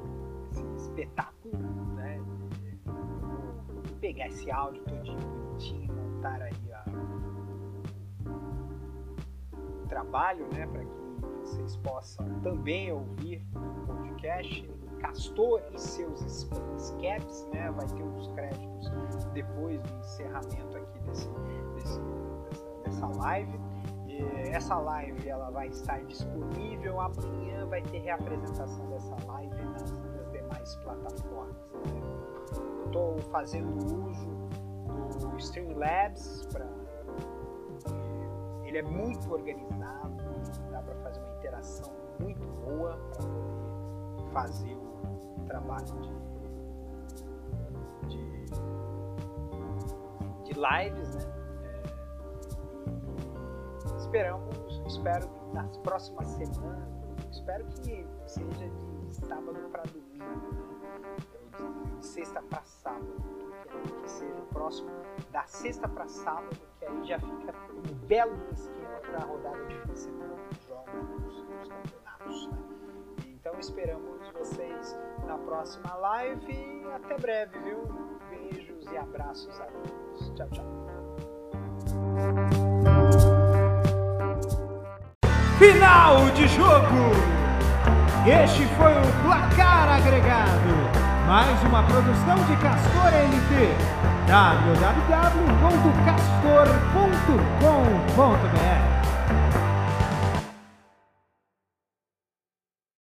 B: esse espetáculo, né? Vou pegar esse áudio todinho bonitinho aumentar aí a, o trabalho, né, para que vocês possam também ouvir o podcast Castor e seus Space Caps, né? Vai ter uns créditos depois do encerramento aqui desse, desse, dessa, dessa live. E essa live ela vai estar disponível amanhã, vai ter reapresentação dessa live nas, nas demais plataformas. Né? Eu estou fazendo uso do Streamlabs, pra, ele é muito organizado, dá para fazer uma interação muito boa para poder fazer o trabalho de, de, de lives, né? É, esperamos, espero que nas próximas semanas, espero que seja de sábado para domingo, né? de, de sexta para sábado, que seja o próximo da sexta para sábado, que aí já fica um belo esquema para a rodada de fim de semana dos jogos dos campeonatos, né? Então esperamos vocês na próxima live e até breve, viu? Beijos e abraços a todos. Tchau, tchau.
A: Final de jogo! Este foi o Placar Agregado, mais uma produção de Castor N T, w w w ponto castor ponto com ponto b r.